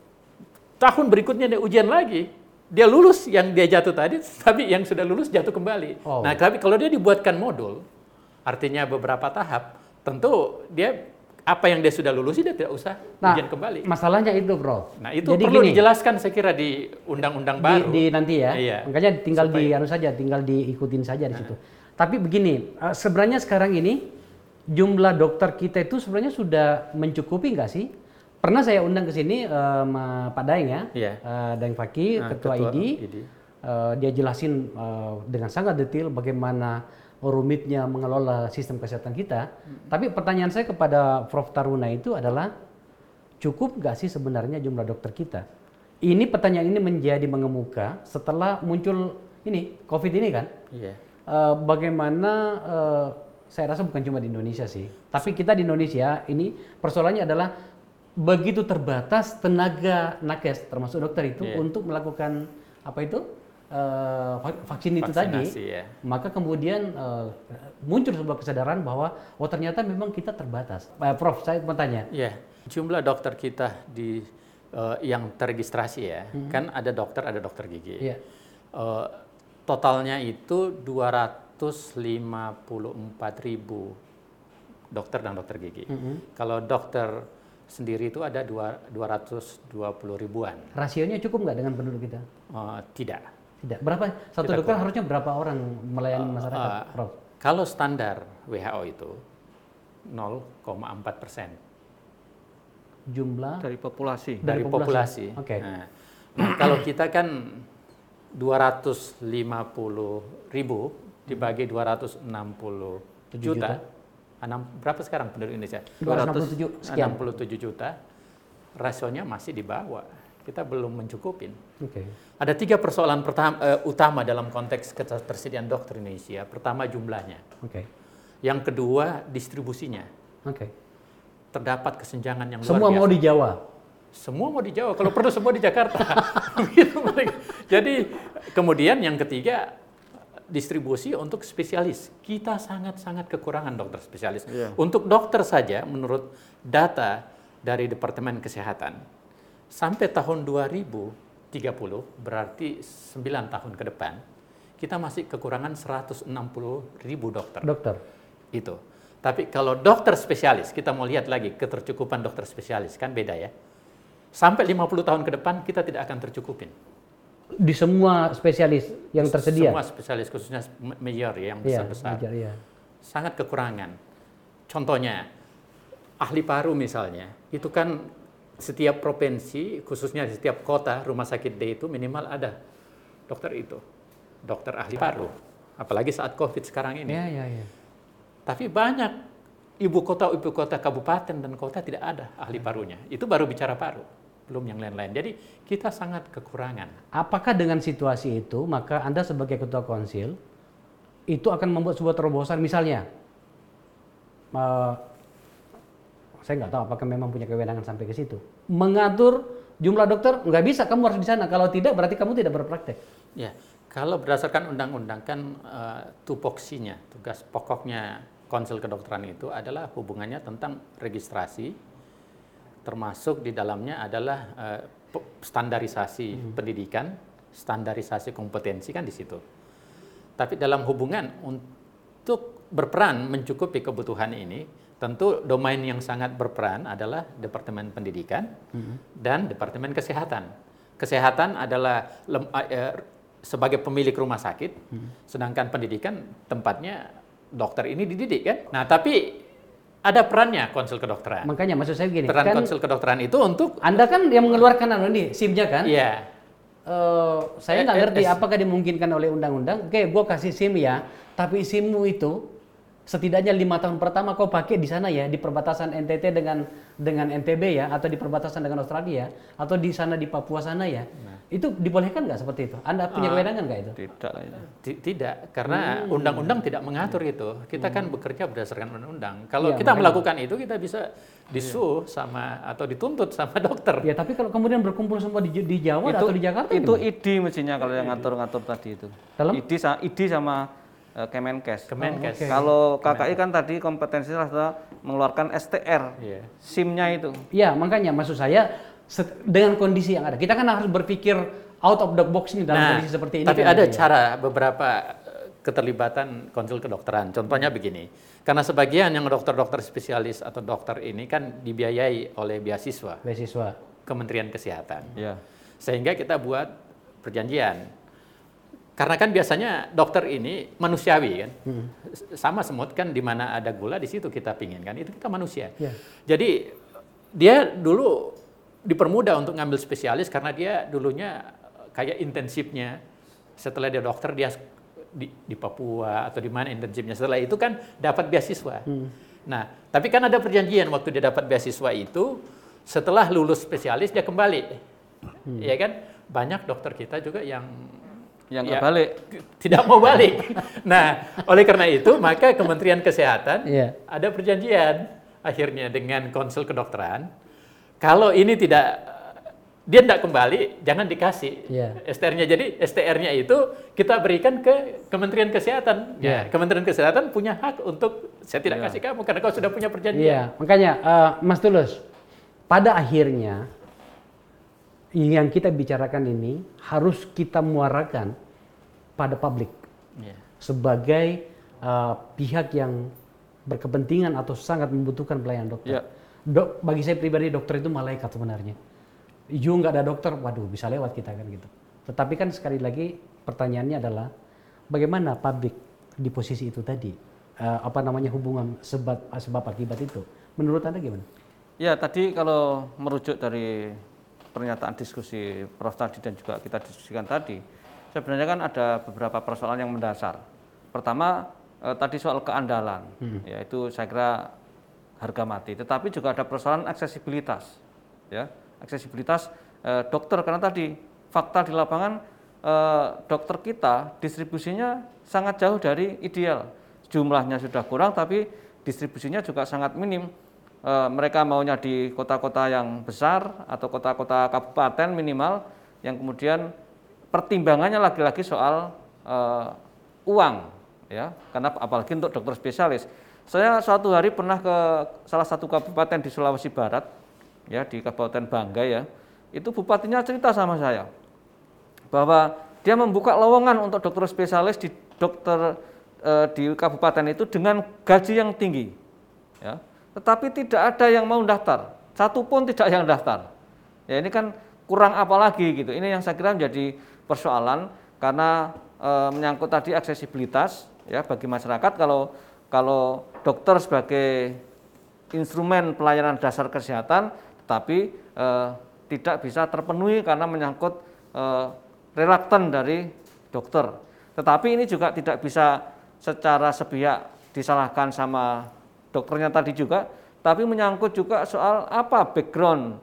S3: Tahun berikutnya dia ujian lagi, dia lulus yang dia jatuh tadi, tapi yang sudah lulus jatuh kembali. Nah, tapi kalau dia dibuatkan modul, artinya beberapa tahap, tentu dia apa yang dia sudah lulus dia tidak usah ujian kembali.
S2: Masalahnya itu, Bro.
S3: Nah, itu jadi perlu dijelaskan saya kira di undang-undang baru.
S2: Di nanti ya. Iya. Makanya tinggal tinggal diikutin saja di situ. Tapi begini, sebenarnya sekarang ini jumlah dokter kita itu sebenarnya sudah mencukupi nggak sih? Pernah saya undang ke sini Pak Daeng ya, Daeng Fakih, Ketua ID. Dia jelasin dengan sangat detail bagaimana rumitnya mengelola sistem kesehatan kita. Tapi pertanyaan saya kepada Prof. Taruna itu adalah, cukup nggak sih sebenarnya jumlah dokter kita? Ini pertanyaan ini menjadi mengemuka setelah muncul ini COVID ini kan? Bagaimana saya rasa bukan cuma di Indonesia sih, tapi kita di Indonesia ini persoalannya adalah begitu terbatas tenaga nakes termasuk dokter itu untuk melakukan apa itu vaksin itu tadi, maka kemudian muncul sebuah kesadaran bahwa ternyata memang kita terbatas. Prof, saya mau tanya.
S3: Jumlah dokter kita di yang terregistrasi kan ada dokter gigi. Totalnya itu 254.000 dokter dan dokter gigi. Kalau dokter sendiri itu ada 220 ribuan.
S2: Rasionya cukup nggak dengan penduduk kita?
S3: Tidak.
S2: Berapa? Satu dokter harusnya berapa orang melayani masyarakat, Prof?
S3: Kalau standar WHO itu 0,4%.
S2: Jumlah
S1: dari populasi.
S3: Dari populasi. Nah, kalau kita kan 250.000 dibagi 260 juta. Berapa sekarang penduduk Indonesia? 267 juta. Rasionya masih di bawah. Kita belum mencukupin. Ada 3 persoalan utama dalam konteks ketersediaan dokter Indonesia. Pertama jumlahnya. Yang kedua distribusinya. Terdapat kesenjangan yang luar biasa.
S2: Semua mau di Jawa.
S3: Semua mau di Jawa, kalau perlu semua di Jakarta. Jadi kemudian yang ketiga distribusi untuk spesialis. Kita sangat-sangat kekurangan dokter spesialis. Untuk dokter saja menurut data dari Departemen Kesehatan sampai tahun 2030 berarti 9 tahun ke depan kita masih kekurangan 160.000 dokter. Itu. Tapi kalau dokter spesialis, kita mau lihat lagi ketercukupan dokter spesialis, kan beda ya. Sampai 50 tahun ke depan kita tidak akan tercukupin.
S2: Di semua spesialis yang tersedia?
S3: Semua spesialis, khususnya major yang besar-besar. Sangat kekurangan. Contohnya, ahli paru misalnya, itu kan setiap provinsi, khususnya di setiap kota, rumah sakit D itu minimal ada dokter itu. Dokter ahli paru. Apalagi saat COVID sekarang ini. Tapi banyak ibu kota kabupaten dan kota tidak ada ahli parunya. Itu baru bicara paru. belum yang lain-lain. Jadi kita sangat kekurangan.
S2: Apakah dengan situasi itu maka Anda sebagai ketua konsil itu akan membuat sebuah terobosan, misalnya saya nggak tahu apakah memang punya kewenangan sampai ke situ, mengatur jumlah dokter, nggak bisa, kamu harus di sana, kalau tidak berarti kamu tidak berpraktek.
S3: Ya, kalau berdasarkan undang-undang kan tupoksinya, tugas pokoknya konsil kedokteran itu adalah hubungannya tentang registrasi, termasuk di dalamnya adalah standarisasi pendidikan, standarisasi kompetensi kan di situ. Tapi dalam hubungan untuk berperan mencukupi kebutuhan ini, tentu domain yang sangat berperan adalah Departemen Pendidikan dan Departemen Kesehatan. Kesehatan adalah sebagai pemilik rumah sakit, sedangkan pendidikan tempatnya dokter ini dididik kan. Nah, tapi ada perannya konsul kedokteran.
S2: Makanya maksud saya begini.
S3: Peran konsul kedokteran itu untuk
S2: Anda kan yang mengeluarkan ini SIM-nya kan?
S3: Iya.
S2: Saya nggak ngerti apakah dimungkinkan oleh undang-undang. Oke, gue kasih SIM ya, tapi SIM-mu itu setidaknya 5 tahun pertama kau pakai di sana ya, di perbatasan NTT dengan NTB ya, atau di perbatasan dengan Australia, atau di sana di Papua sana ya. Itu dibolehkan nggak seperti itu? Anda punya kewenangan nggak itu?
S3: Tidak, karena undang-undang tidak mengatur itu. Kita kan bekerja berdasarkan undang-undang. Kalau kita melakukan itu, kita bisa disuh sama atau dituntut sama dokter.
S2: Ya, tapi kalau kemudian berkumpul semua di Jawa atau di Jakarta
S1: itu ID mestinya kalau yang ngatur-ngatur tadi itu. ID sama Kemenkes.
S2: Okay.
S1: Kalau KKI kan tadi kompetensinya adalah mengeluarkan STR, SIM-nya itu.
S2: Iya, makanya maksud saya dengan kondisi yang ada, kita kan harus berpikir out of the box nih dalam kondisi seperti ini.
S3: Tapi ada cara beberapa keterlibatan konsul kedokteran. Contohnya begini, karena sebagian yang dokter-dokter spesialis atau dokter ini kan dibiayai oleh beasiswa Kementerian Kesehatan. Sehingga kita buat perjanjian. Karena kan biasanya dokter ini manusiawi kan, sama semut kan, di mana ada gula di situ kita pingin kan, itu kita manusia. Jadi dia dulu dipermudah untuk ngambil spesialis karena dia dulunya kayak intensifnya. Setelah dia dokter dia di Papua atau di mana intensifnya. Setelah itu kan dapat beasiswa. Nah, tapi kan ada perjanjian waktu dia dapat beasiswa itu, setelah lulus spesialis dia kembali, ya kan? Banyak dokter kita juga yang
S1: nggak balik,
S3: tidak mau balik. Nah, oleh karena itu maka Kementerian Kesehatan ada perjanjian akhirnya dengan konsul kedokteran. Kalau ini dia tidak kembali, jangan dikasih STR-nya. Jadi STR-nya itu kita berikan ke Kementerian Kesehatan. Kementerian Kesehatan punya hak untuk saya tidak kasih kamu karena kau sudah punya perjanjian.
S2: Makanya Mas Tulus, pada akhirnya yang kita bicarakan ini harus kita muarakan pada publik sebagai pihak yang berkepentingan atau sangat membutuhkan pelayanan dokter. Bagi saya pribadi dokter itu malaikat sebenarnya. Nggak ada dokter, waduh bisa lewat kita kan gitu. Tetapi kan sekali lagi pertanyaannya adalah bagaimana publik di posisi itu tadi, hubungan sebab akibat itu. Menurut Anda gimana?
S1: Ya, tadi kalau merujuk dari pernyataan diskusi Prof tadi dan juga kita diskusikan tadi, sebenarnya kan ada beberapa persoalan yang mendasar. Pertama, tadi soal keandalan, yaitu saya kira harga mati. Tetapi juga ada persoalan aksesibilitas, aksesibilitas dokter, karena tadi fakta di lapangan dokter kita distribusinya sangat jauh dari ideal. Jumlahnya sudah kurang, tapi distribusinya juga sangat minim. Mereka maunya di kota-kota yang besar atau kota-kota kabupaten minimal, yang kemudian pertimbangannya lagi-lagi soal uang, karena apalagi untuk dokter spesialis. Saya suatu hari pernah ke salah satu kabupaten di Sulawesi Barat, di Kabupaten Banggai, itu bupatinya cerita sama saya bahwa dia membuka lowongan untuk dokter spesialis di kabupaten itu dengan gaji yang tinggi, tetapi tidak ada yang mau daftar, satu pun tidak yang daftar. Ini kan kurang apa lagi gitu. Ini yang saya kira menjadi persoalan karena menyangkut tadi aksesibilitas bagi masyarakat. Kalau dokter sebagai instrumen pelayanan dasar kesehatan, tetapi tidak bisa terpenuhi karena menyangkut relaktan dari dokter. Tetapi ini juga tidak bisa secara sepihak disalahkan sama dokternya tadi juga, tapi menyangkut juga soal apa background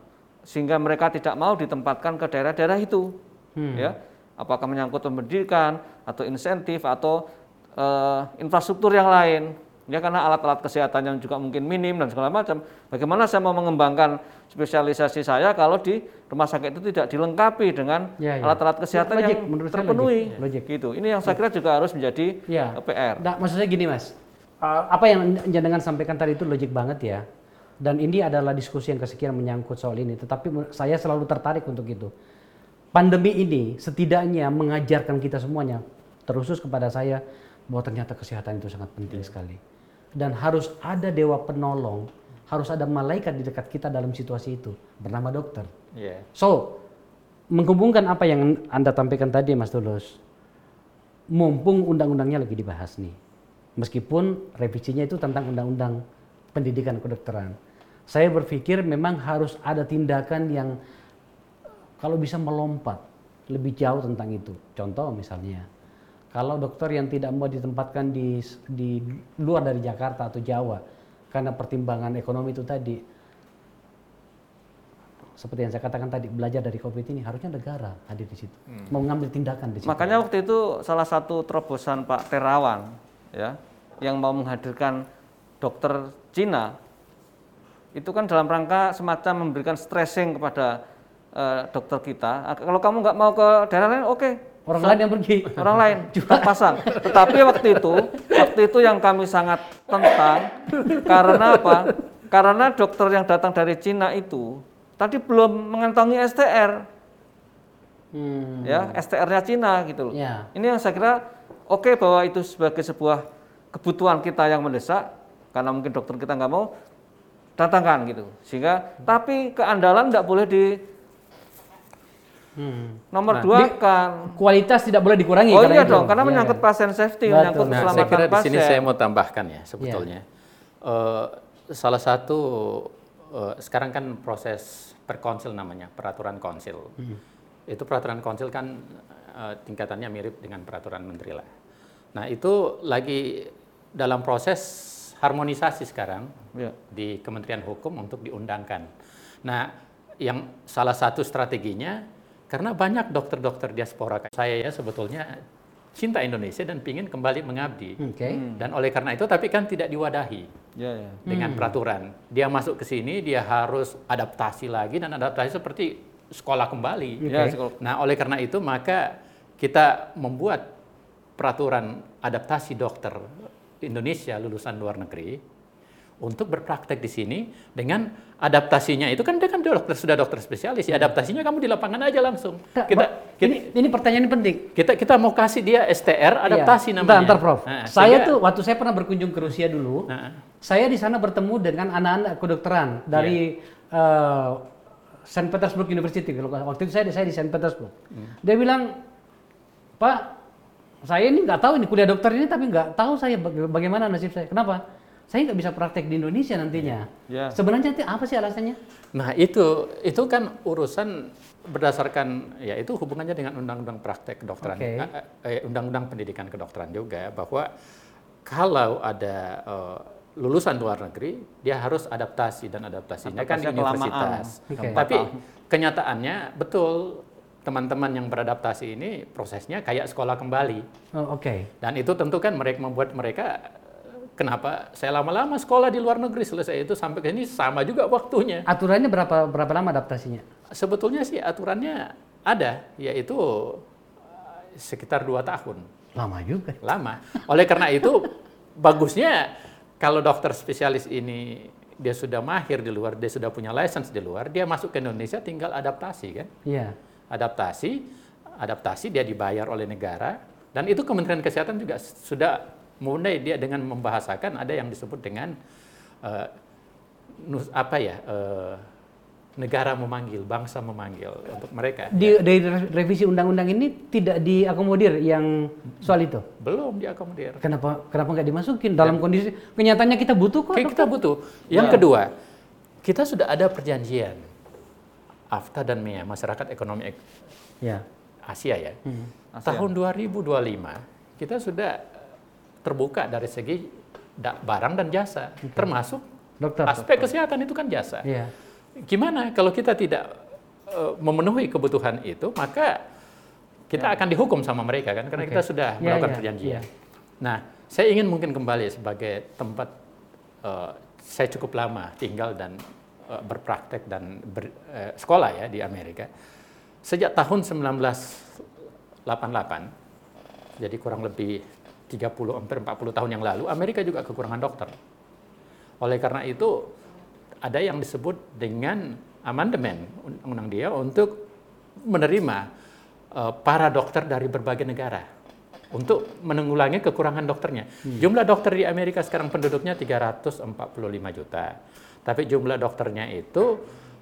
S1: sehingga mereka tidak mau ditempatkan ke daerah-daerah itu, ya, apakah menyangkut pendidikan atau insentif atau infrastruktur yang lain, ya, karena alat-alat kesehatan yang juga mungkin minim dan segala macam. Bagaimana saya mau mengembangkan spesialisasi saya kalau di rumah sakit itu tidak dilengkapi dengan alat-alat kesehatan yang terpenuhi, gitu. Ini yang saya kira juga harus menjadi PR.
S2: Nah, maksud saya gini, Mas, apa yang jenengan sampaikan tadi itu logik banget ya. Dan ini adalah diskusi yang kesekian menyangkut soal ini, tetapi saya selalu tertarik untuk itu. Pandemi ini setidaknya mengajarkan kita semuanya, terkhusus kepada saya, bahwa ternyata kesehatan itu sangat penting sekali. Dan harus ada dewa penolong, harus ada malaikat di dekat kita dalam situasi itu, bernama dokter. So, menghubungkan apa yang Anda sampaikan tadi, Mas Tulus, mumpung undang-undangnya lagi dibahas nih, meskipun revisinya itu tentang undang-undang pendidikan kedokteran. Saya berpikir memang harus ada tindakan yang kalau bisa melompat lebih jauh tentang itu. Contoh misalnya, kalau dokter yang tidak mau ditempatkan di luar dari Jakarta atau Jawa karena pertimbangan ekonomi itu tadi, seperti yang saya katakan tadi, belajar dari COVID ini, harusnya negara hadir di situ, mau mengambil tindakan di situ.
S1: Makanya waktu itu salah satu terobosan Pak Terawan, ya, yang mau menghadirkan dokter Cina, itu kan dalam rangka semacam memberikan stressing kepada dokter kita. Kalau kamu nggak mau ke daerah lain, oke.
S2: Orang lain yang pergi.
S1: Orang lain, juga pasang. Tetapi waktu itu yang kami sangat tentang, karena apa? Karena dokter yang datang dari Cina itu, tadi belum mengantongi STR. Ya, STR-nya Cina gitu loh. Ini yang saya kira oke, bahwa itu sebagai sebuah kebutuhan kita yang mendesak, karena mungkin dokter kita nggak mau, datangkan gitu, sehingga tapi keandalan tidak boleh di nomor dua kan,
S2: kualitas tidak boleh dikurangi.
S1: Oh iya dong, karena menyangkut pasien safety, menyangkut keselamatan
S3: saya kira
S1: pasien.
S3: Di sini saya mau tambahkan ya sebetulnya, salah satu sekarang kan proses perkonsil namanya, peraturan konsil. Itu peraturan konsil kan tingkatannya mirip dengan peraturan menteri lah. Nah itu lagi dalam proses harmonisasi sekarang di Kementerian Hukum untuk diundangkan. Nah, yang salah satu strateginya, karena banyak dokter-dokter diaspora saya ya sebetulnya cinta Indonesia dan ingin kembali mengabdi. Dan oleh karena itu, tapi kan tidak diwadahi dengan peraturan. Dia masuk ke sini, dia harus adaptasi lagi, dan adaptasi seperti sekolah kembali. Nah, oleh karena itu, maka kita membuat peraturan adaptasi dokter Indonesia lulusan luar negeri untuk berpraktek di sini dengan adaptasinya itu kan dia kan sudah dokter spesialis, adaptasinya kamu di lapangan aja langsung.
S2: Ini pertanyaan penting.
S3: Kita mau kasih dia STR adaptasi namanya.
S2: Bentar, Prof. Saya tuh waktu saya pernah berkunjung ke Rusia dulu, saya di sana bertemu dengan anak-anak kedokteran dari Saint Petersburg University. Waktu itu saya di Saint Petersburg. Dia bilang, Pak, saya ini nggak tahu ini kuliah dokter ini, tapi nggak tahu saya bagaimana nasib saya. Kenapa? Saya nggak bisa praktek di Indonesia nantinya. Sebenarnya itu apa sih alasannya?
S3: Nah itu kan urusan berdasarkan, ya itu hubungannya dengan undang-undang praktek kedokteran, undang-undang pendidikan kedokteran juga, bahwa kalau ada lulusan luar negeri, dia harus adaptasi, dan adaptasinya kan di universitas. Tapi kenyataannya betul, teman-teman yang beradaptasi ini prosesnya kayak sekolah kembali. Dan itu tentu kan membuat mereka, kenapa saya lama-lama sekolah di luar negeri, selesai itu sampai ke sini sama juga waktunya.
S2: Aturannya berapa lama adaptasinya?
S3: Sebetulnya sih aturannya ada, yaitu sekitar 2 tahun.
S2: Lama juga.
S3: Lama. Oleh karena itu bagusnya kalau dokter spesialis ini dia sudah mahir di luar, dia sudah punya license di luar, dia masuk ke Indonesia tinggal adaptasi kan? Adaptasi dia dibayar oleh negara, dan itu Kementerian Kesehatan juga sudah mulai dia dengan membahasakan ada yang disebut dengan negara memanggil, bangsa memanggil untuk mereka.
S2: Dari revisi undang-undang ini tidak diakomodir yang soal itu?
S3: Belum diakomodir.
S2: Kenapa nggak dimasukin dalam kondisi kenyataannya kita butuh kok?
S3: Kita butuh. Yang kedua, kita sudah ada perjanjian AFTA dan MEA, Masyarakat Ekonomi Asia ya. Tahun 2025 kita sudah terbuka dari segi barang dan jasa, termasuk aspek kesehatan itu kan jasa. gimana kalau kita tidak memenuhi kebutuhan itu, maka kita akan dihukum sama mereka kan, karena kita sudah melakukan perjanjian. Nah, saya ingin mungkin kembali sebagai tempat saya cukup lama tinggal dan berpraktek dan sekolah ya di Amerika. Sejak tahun 1988, jadi kurang lebih 30 hampir 40 tahun yang lalu, Amerika juga kekurangan dokter. Oleh karena itu, ada yang disebut dengan amandemen undang-undang dia untuk menerima para dokter dari berbagai negara untuk menanggulangi kekurangan dokternya. Jumlah dokter di Amerika sekarang penduduknya 345 juta. Tapi jumlah dokternya itu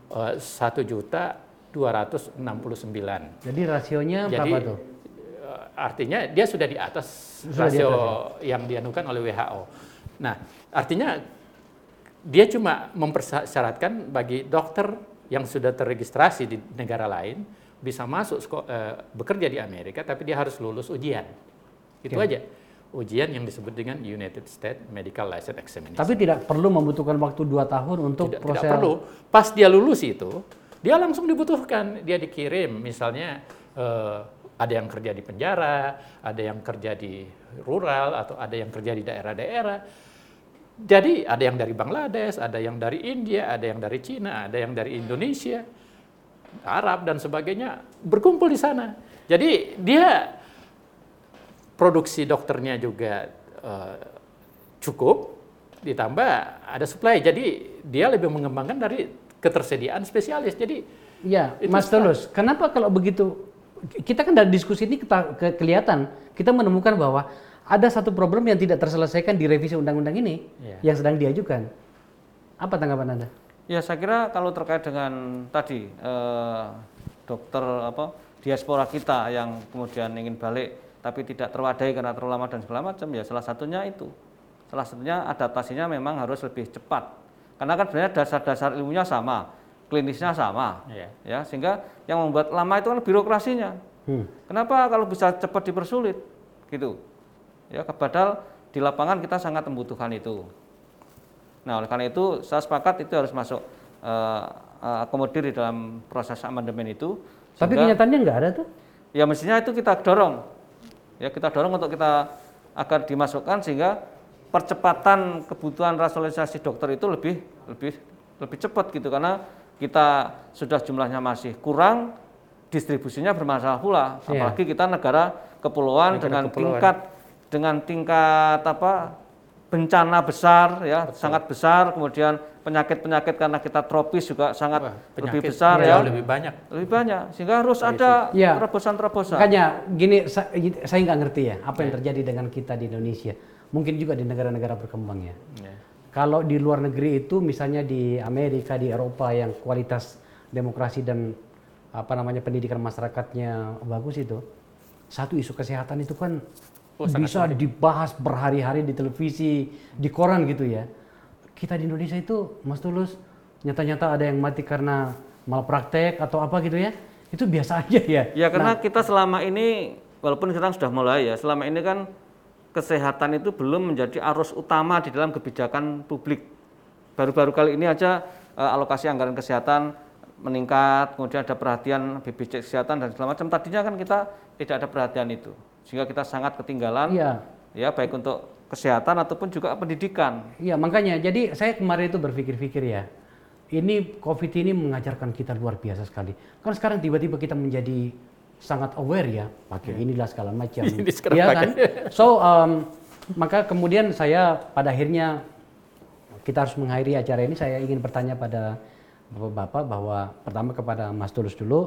S3: 1.269.000.
S2: Jadi rasionya berapa tuh?
S3: Artinya dia sudah di atas rasio yang dianukan oleh WHO. Nah, artinya dia cuma mempersyaratkan bagi dokter yang sudah terregistrasi di negara lain bisa masuk bekerja di Amerika, tapi dia harus lulus ujian. Itu aja. Ujian yang disebut dengan United States Medical License Examination.
S2: Tapi tidak perlu membutuhkan waktu 2 tahun untuk proses.
S3: Tidak perlu. Pas dia lulus itu, dia langsung dibutuhkan. Dia dikirim, misalnya ada yang kerja di penjara, ada yang kerja di rural, atau ada yang kerja di daerah-daerah. Jadi ada yang dari Bangladesh, ada yang dari India, ada yang dari Cina, ada yang dari Indonesia, Arab dan sebagainya berkumpul di sana. Jadi dia produksi dokternya juga cukup, ditambah ada supply. Jadi dia lebih mengembangkan dari ketersediaan spesialis. Jadi
S2: ya, Mas Tulus, kenapa kalau begitu? Kita kan dari diskusi ini kelihatan, kita menemukan bahwa ada satu problem yang tidak terselesaikan di revisi undang-undang ini yang sedang diajukan. Apa tanggapan Anda?
S1: Ya, saya kira kalau terkait dengan tadi dokter diaspora kita yang kemudian ingin balik tapi tidak terwadai karena terlalu lama dan segala macam, ya salah satunya itu. Salah satunya adaptasinya memang harus lebih cepat. Karena kan sebenarnya dasar-dasar ilmunya sama, klinisnya sama, ya, sehingga yang membuat lama itu kan birokrasinya. Kenapa kalau bisa cepat dipersulit, gitu? Ya, padahal di lapangan kita sangat membutuhkan itu. Nah, oleh karena itu saya sepakat itu harus masuk akomodir di dalam proses amandemen itu.
S2: Tapi kenyataannya nggak ada tuh?
S1: Ya mestinya itu kita dorong. Ya, kita dorong untuk kita agar dimasukkan sehingga percepatan kebutuhan rasionalisasi dokter itu lebih cepat gitu, karena kita sudah jumlahnya masih kurang, distribusinya bermasalah pula. Apalagi kita negara kepulauan dengan tingkat bencana besar ya, betul, sangat besar, kemudian penyakit-penyakit karena kita tropis juga sangat lebih besar ya,
S3: lebih banyak,
S1: sehingga harus ada terobosan-terobosan.
S2: Makanya gini, saya nggak ngerti ya apa yang terjadi dengan kita di Indonesia, mungkin juga di negara-negara berkembang ya. Kalau di luar negeri itu, misalnya di Amerika, di Eropa yang kualitas demokrasi dan pendidikan masyarakatnya bagus itu, satu isu kesehatan itu kan bisa dibahas berhari-hari di televisi, di koran gitu ya. Kita di Indonesia itu, Mas Tulus, nyata-nyata ada yang mati karena malpraktek atau apa gitu ya, itu biasa aja ya.
S1: Ya karena kita selama ini, walaupun sekarang sudah mulai ya, selama ini kan kesehatan itu belum menjadi arus utama di dalam kebijakan publik. Baru-baru kali ini aja alokasi anggaran kesehatan meningkat, kemudian ada perhatian BPJS Kesehatan dan segala macam. Tadinya kan kita tidak ada perhatian itu, sehingga kita sangat ketinggalan, ya baik untuk kesehatan ataupun juga pendidikan.
S2: Iya, makanya jadi saya kemarin itu berpikir-pikir ya, ini COVID ini mengajarkan kita luar biasa sekali. Kan sekarang tiba-tiba kita menjadi sangat aware ya, pakai inilah segala macam. Iya kan? So, maka kemudian saya pada akhirnya kita harus mengakhiri acara ini. Saya ingin bertanya pada Bapak bahwa pertama kepada Mas Tulus dulu,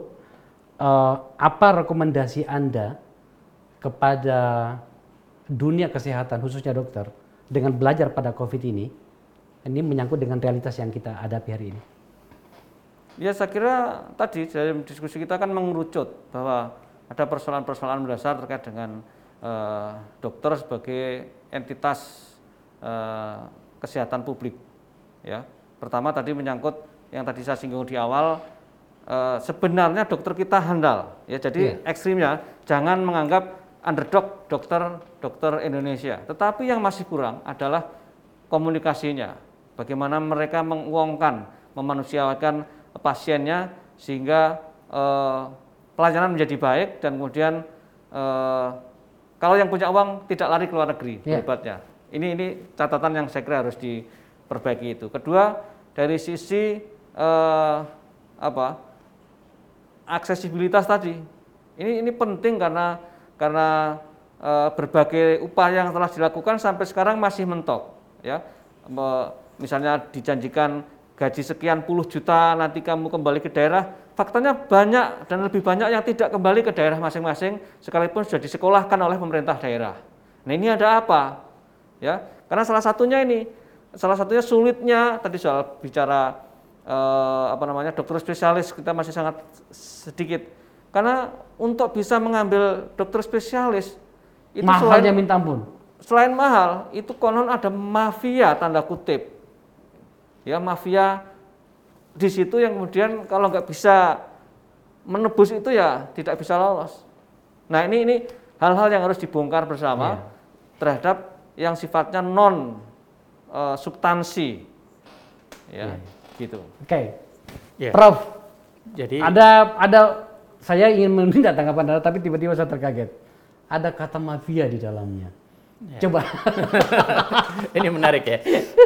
S2: apa rekomendasi Anda kepada dunia kesehatan khususnya dokter dengan belajar pada COVID ini menyangkut dengan realitas yang kita hadapi hari ini?
S1: Ya, saya kira tadi dalam diskusi kita kan mengerucut bahwa ada persoalan-persoalan mendasar terkait dengan dokter sebagai entitas kesehatan publik. Ya, pertama tadi menyangkut yang tadi saya singgung di awal, sebenarnya dokter kita handal. Ya, jadi ekstrimnya jangan menganggap underdog dokter Indonesia. Tetapi yang masih kurang adalah komunikasinya. Bagaimana mereka menguangkan, memanusiakan pasiennya sehingga pelayanan menjadi baik dan kemudian kalau yang punya uang tidak lari ke luar negeri berobatnya. Ini catatan yang saya kira harus diperbaiki itu. Kedua, dari sisi aksesibilitas tadi. Ini penting karena berbagai upaya yang telah dilakukan sampai sekarang masih mentok, ya. Misalnya dijanjikan gaji sekian puluh juta nanti kamu kembali ke daerah, faktanya banyak dan lebih banyak yang tidak kembali ke daerah masing-masing sekalipun sudah disekolahkan oleh pemerintah daerah. Nah, ini ada apa? Ya, karena salah satunya sulitnya tadi soal bicara dokter spesialis kita masih sangat sedikit. Karena untuk bisa mengambil dokter spesialis itu
S2: mahalnya minta ampun.
S1: Selain mahal, itu konon ada mafia tanda kutip. Ya, mafia di situ yang kemudian kalau nggak bisa menebus itu ya tidak bisa lolos. Nah, ini hal-hal yang harus dibongkar bersama terhadap yang sifatnya non substansi. Ya, gitu.
S2: Oke. Prof.
S3: Jadi
S2: ada saya ingin meminta tanggapan Anda tapi tiba-tiba saya terkaget. Ada kata mafia di dalamnya. Coba.
S3: Ini menarik ya.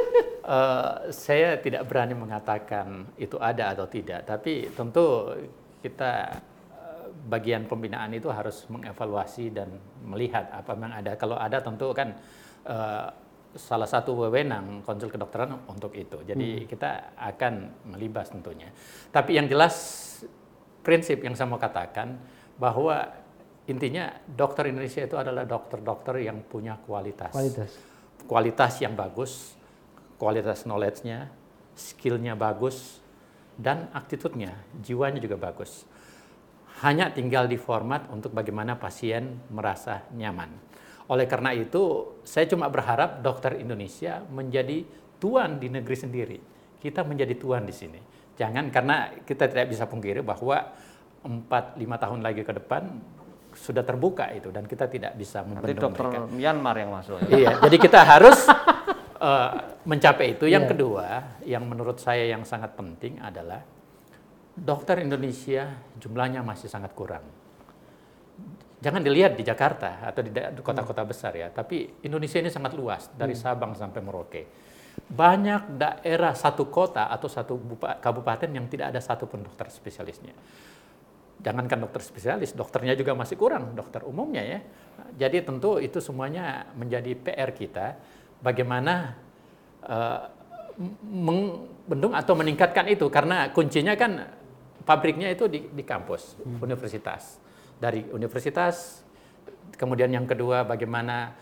S3: Saya tidak berani mengatakan itu ada atau tidak, tapi tentu kita bagian pembinaan itu harus mengevaluasi dan melihat apa yang ada. Kalau ada tentu kan salah satu wewenang konsul kedokteran untuk itu. Jadi kita akan melibas tentunya. Tapi yang jelas prinsip yang saya mau katakan bahwa intinya dokter Indonesia itu adalah dokter-dokter yang punya kualitas yang bagus, kualitas knowledge-nya, skill-nya bagus, dan attitude-nya, jiwanya juga bagus. Hanya tinggal di format untuk bagaimana pasien merasa nyaman. Oleh karena itu, saya cuma berharap dokter Indonesia menjadi tuan di negeri sendiri. Kita menjadi tuan di sini. Jangan, karena kita tidak bisa pungkiri bahwa 4-5 tahun lagi ke depan sudah terbuka itu dan kita tidak bisa membendung
S1: dokter
S3: mereka.
S1: Myanmar yang masuk.
S3: Iya, jadi kita harus mencapai itu. Yang kedua, yang menurut saya yang sangat penting adalah dokter Indonesia jumlahnya masih sangat kurang. Jangan dilihat di Jakarta atau di kota-kota besar ya, tapi Indonesia ini sangat luas dari Sabang sampai Merauke. Banyak daerah satu kota atau satu kabupaten yang tidak ada satupun dokter spesialisnya. Jangankan dokter spesialis, dokternya juga masih kurang, dokter umumnya ya. Jadi tentu itu semuanya menjadi PR kita, bagaimana membendung atau meningkatkan itu, karena kuncinya kan pabriknya itu di kampus, universitas. Dari universitas, kemudian yang kedua bagaimana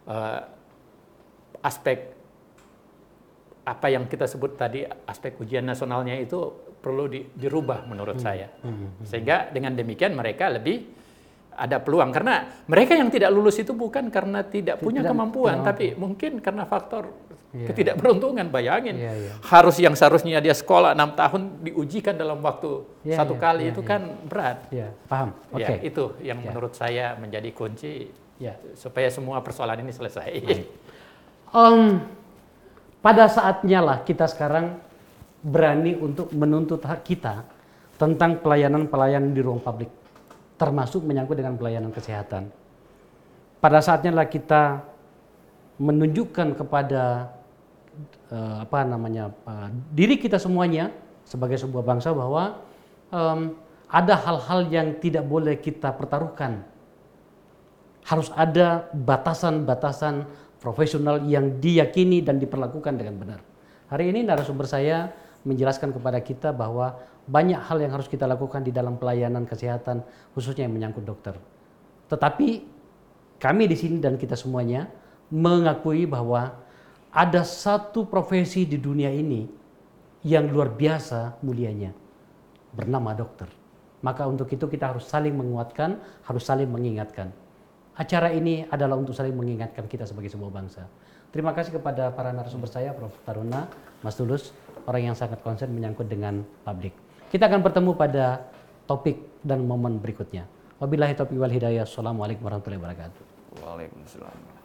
S3: aspek apa yang kita sebut tadi, aspek ujian nasionalnya itu perlu dirubah menurut saya. Sehingga dengan demikian mereka lebih ada peluang. Karena mereka yang tidak lulus itu bukan karena tidak punya kemampuan, tapi mungkin karena faktor ketidakberuntungan. Bayangin, harus yang seharusnya dia sekolah 6 tahun diujikan dalam waktu satu kali, itu kan berat.
S2: Paham.
S3: Ya, itu yang menurut saya menjadi kunci supaya semua persoalan ini selesai.
S2: Pada saatnya lah kita sekarang berani untuk menuntut hak kita tentang pelayanan-pelayanan di ruang publik, termasuk menyangkut dengan pelayanan kesehatan. Pada saatnya lah kita menunjukkan kepada diri kita semuanya sebagai sebuah bangsa bahwa ada hal-hal yang tidak boleh kita pertaruhkan. Harus ada batasan-batasan profesional yang diyakini dan diperlakukan dengan benar. Hari ini narasumber saya menjelaskan kepada kita bahwa banyak hal yang harus kita lakukan di dalam pelayanan kesehatan, khususnya yang menyangkut dokter. Tetapi kami di sini dan kita semuanya mengakui bahwa ada satu profesi di dunia ini yang luar biasa mulianya, bernama dokter. Maka untuk itu kita harus saling menguatkan, harus saling mengingatkan. Acara ini adalah untuk saling mengingatkan kita sebagai sebuah bangsa. Terima kasih kepada para narasumber saya, Prof. Taruna, Mas Tulus, orang yang sangat konsen menyangkut dengan publik. Kita akan bertemu pada topik dan momen berikutnya. Wabillahi taufiq wal hidayah. Assalamualaikum warahmatullahi wabarakatuh.
S1: Waalaikumsalam.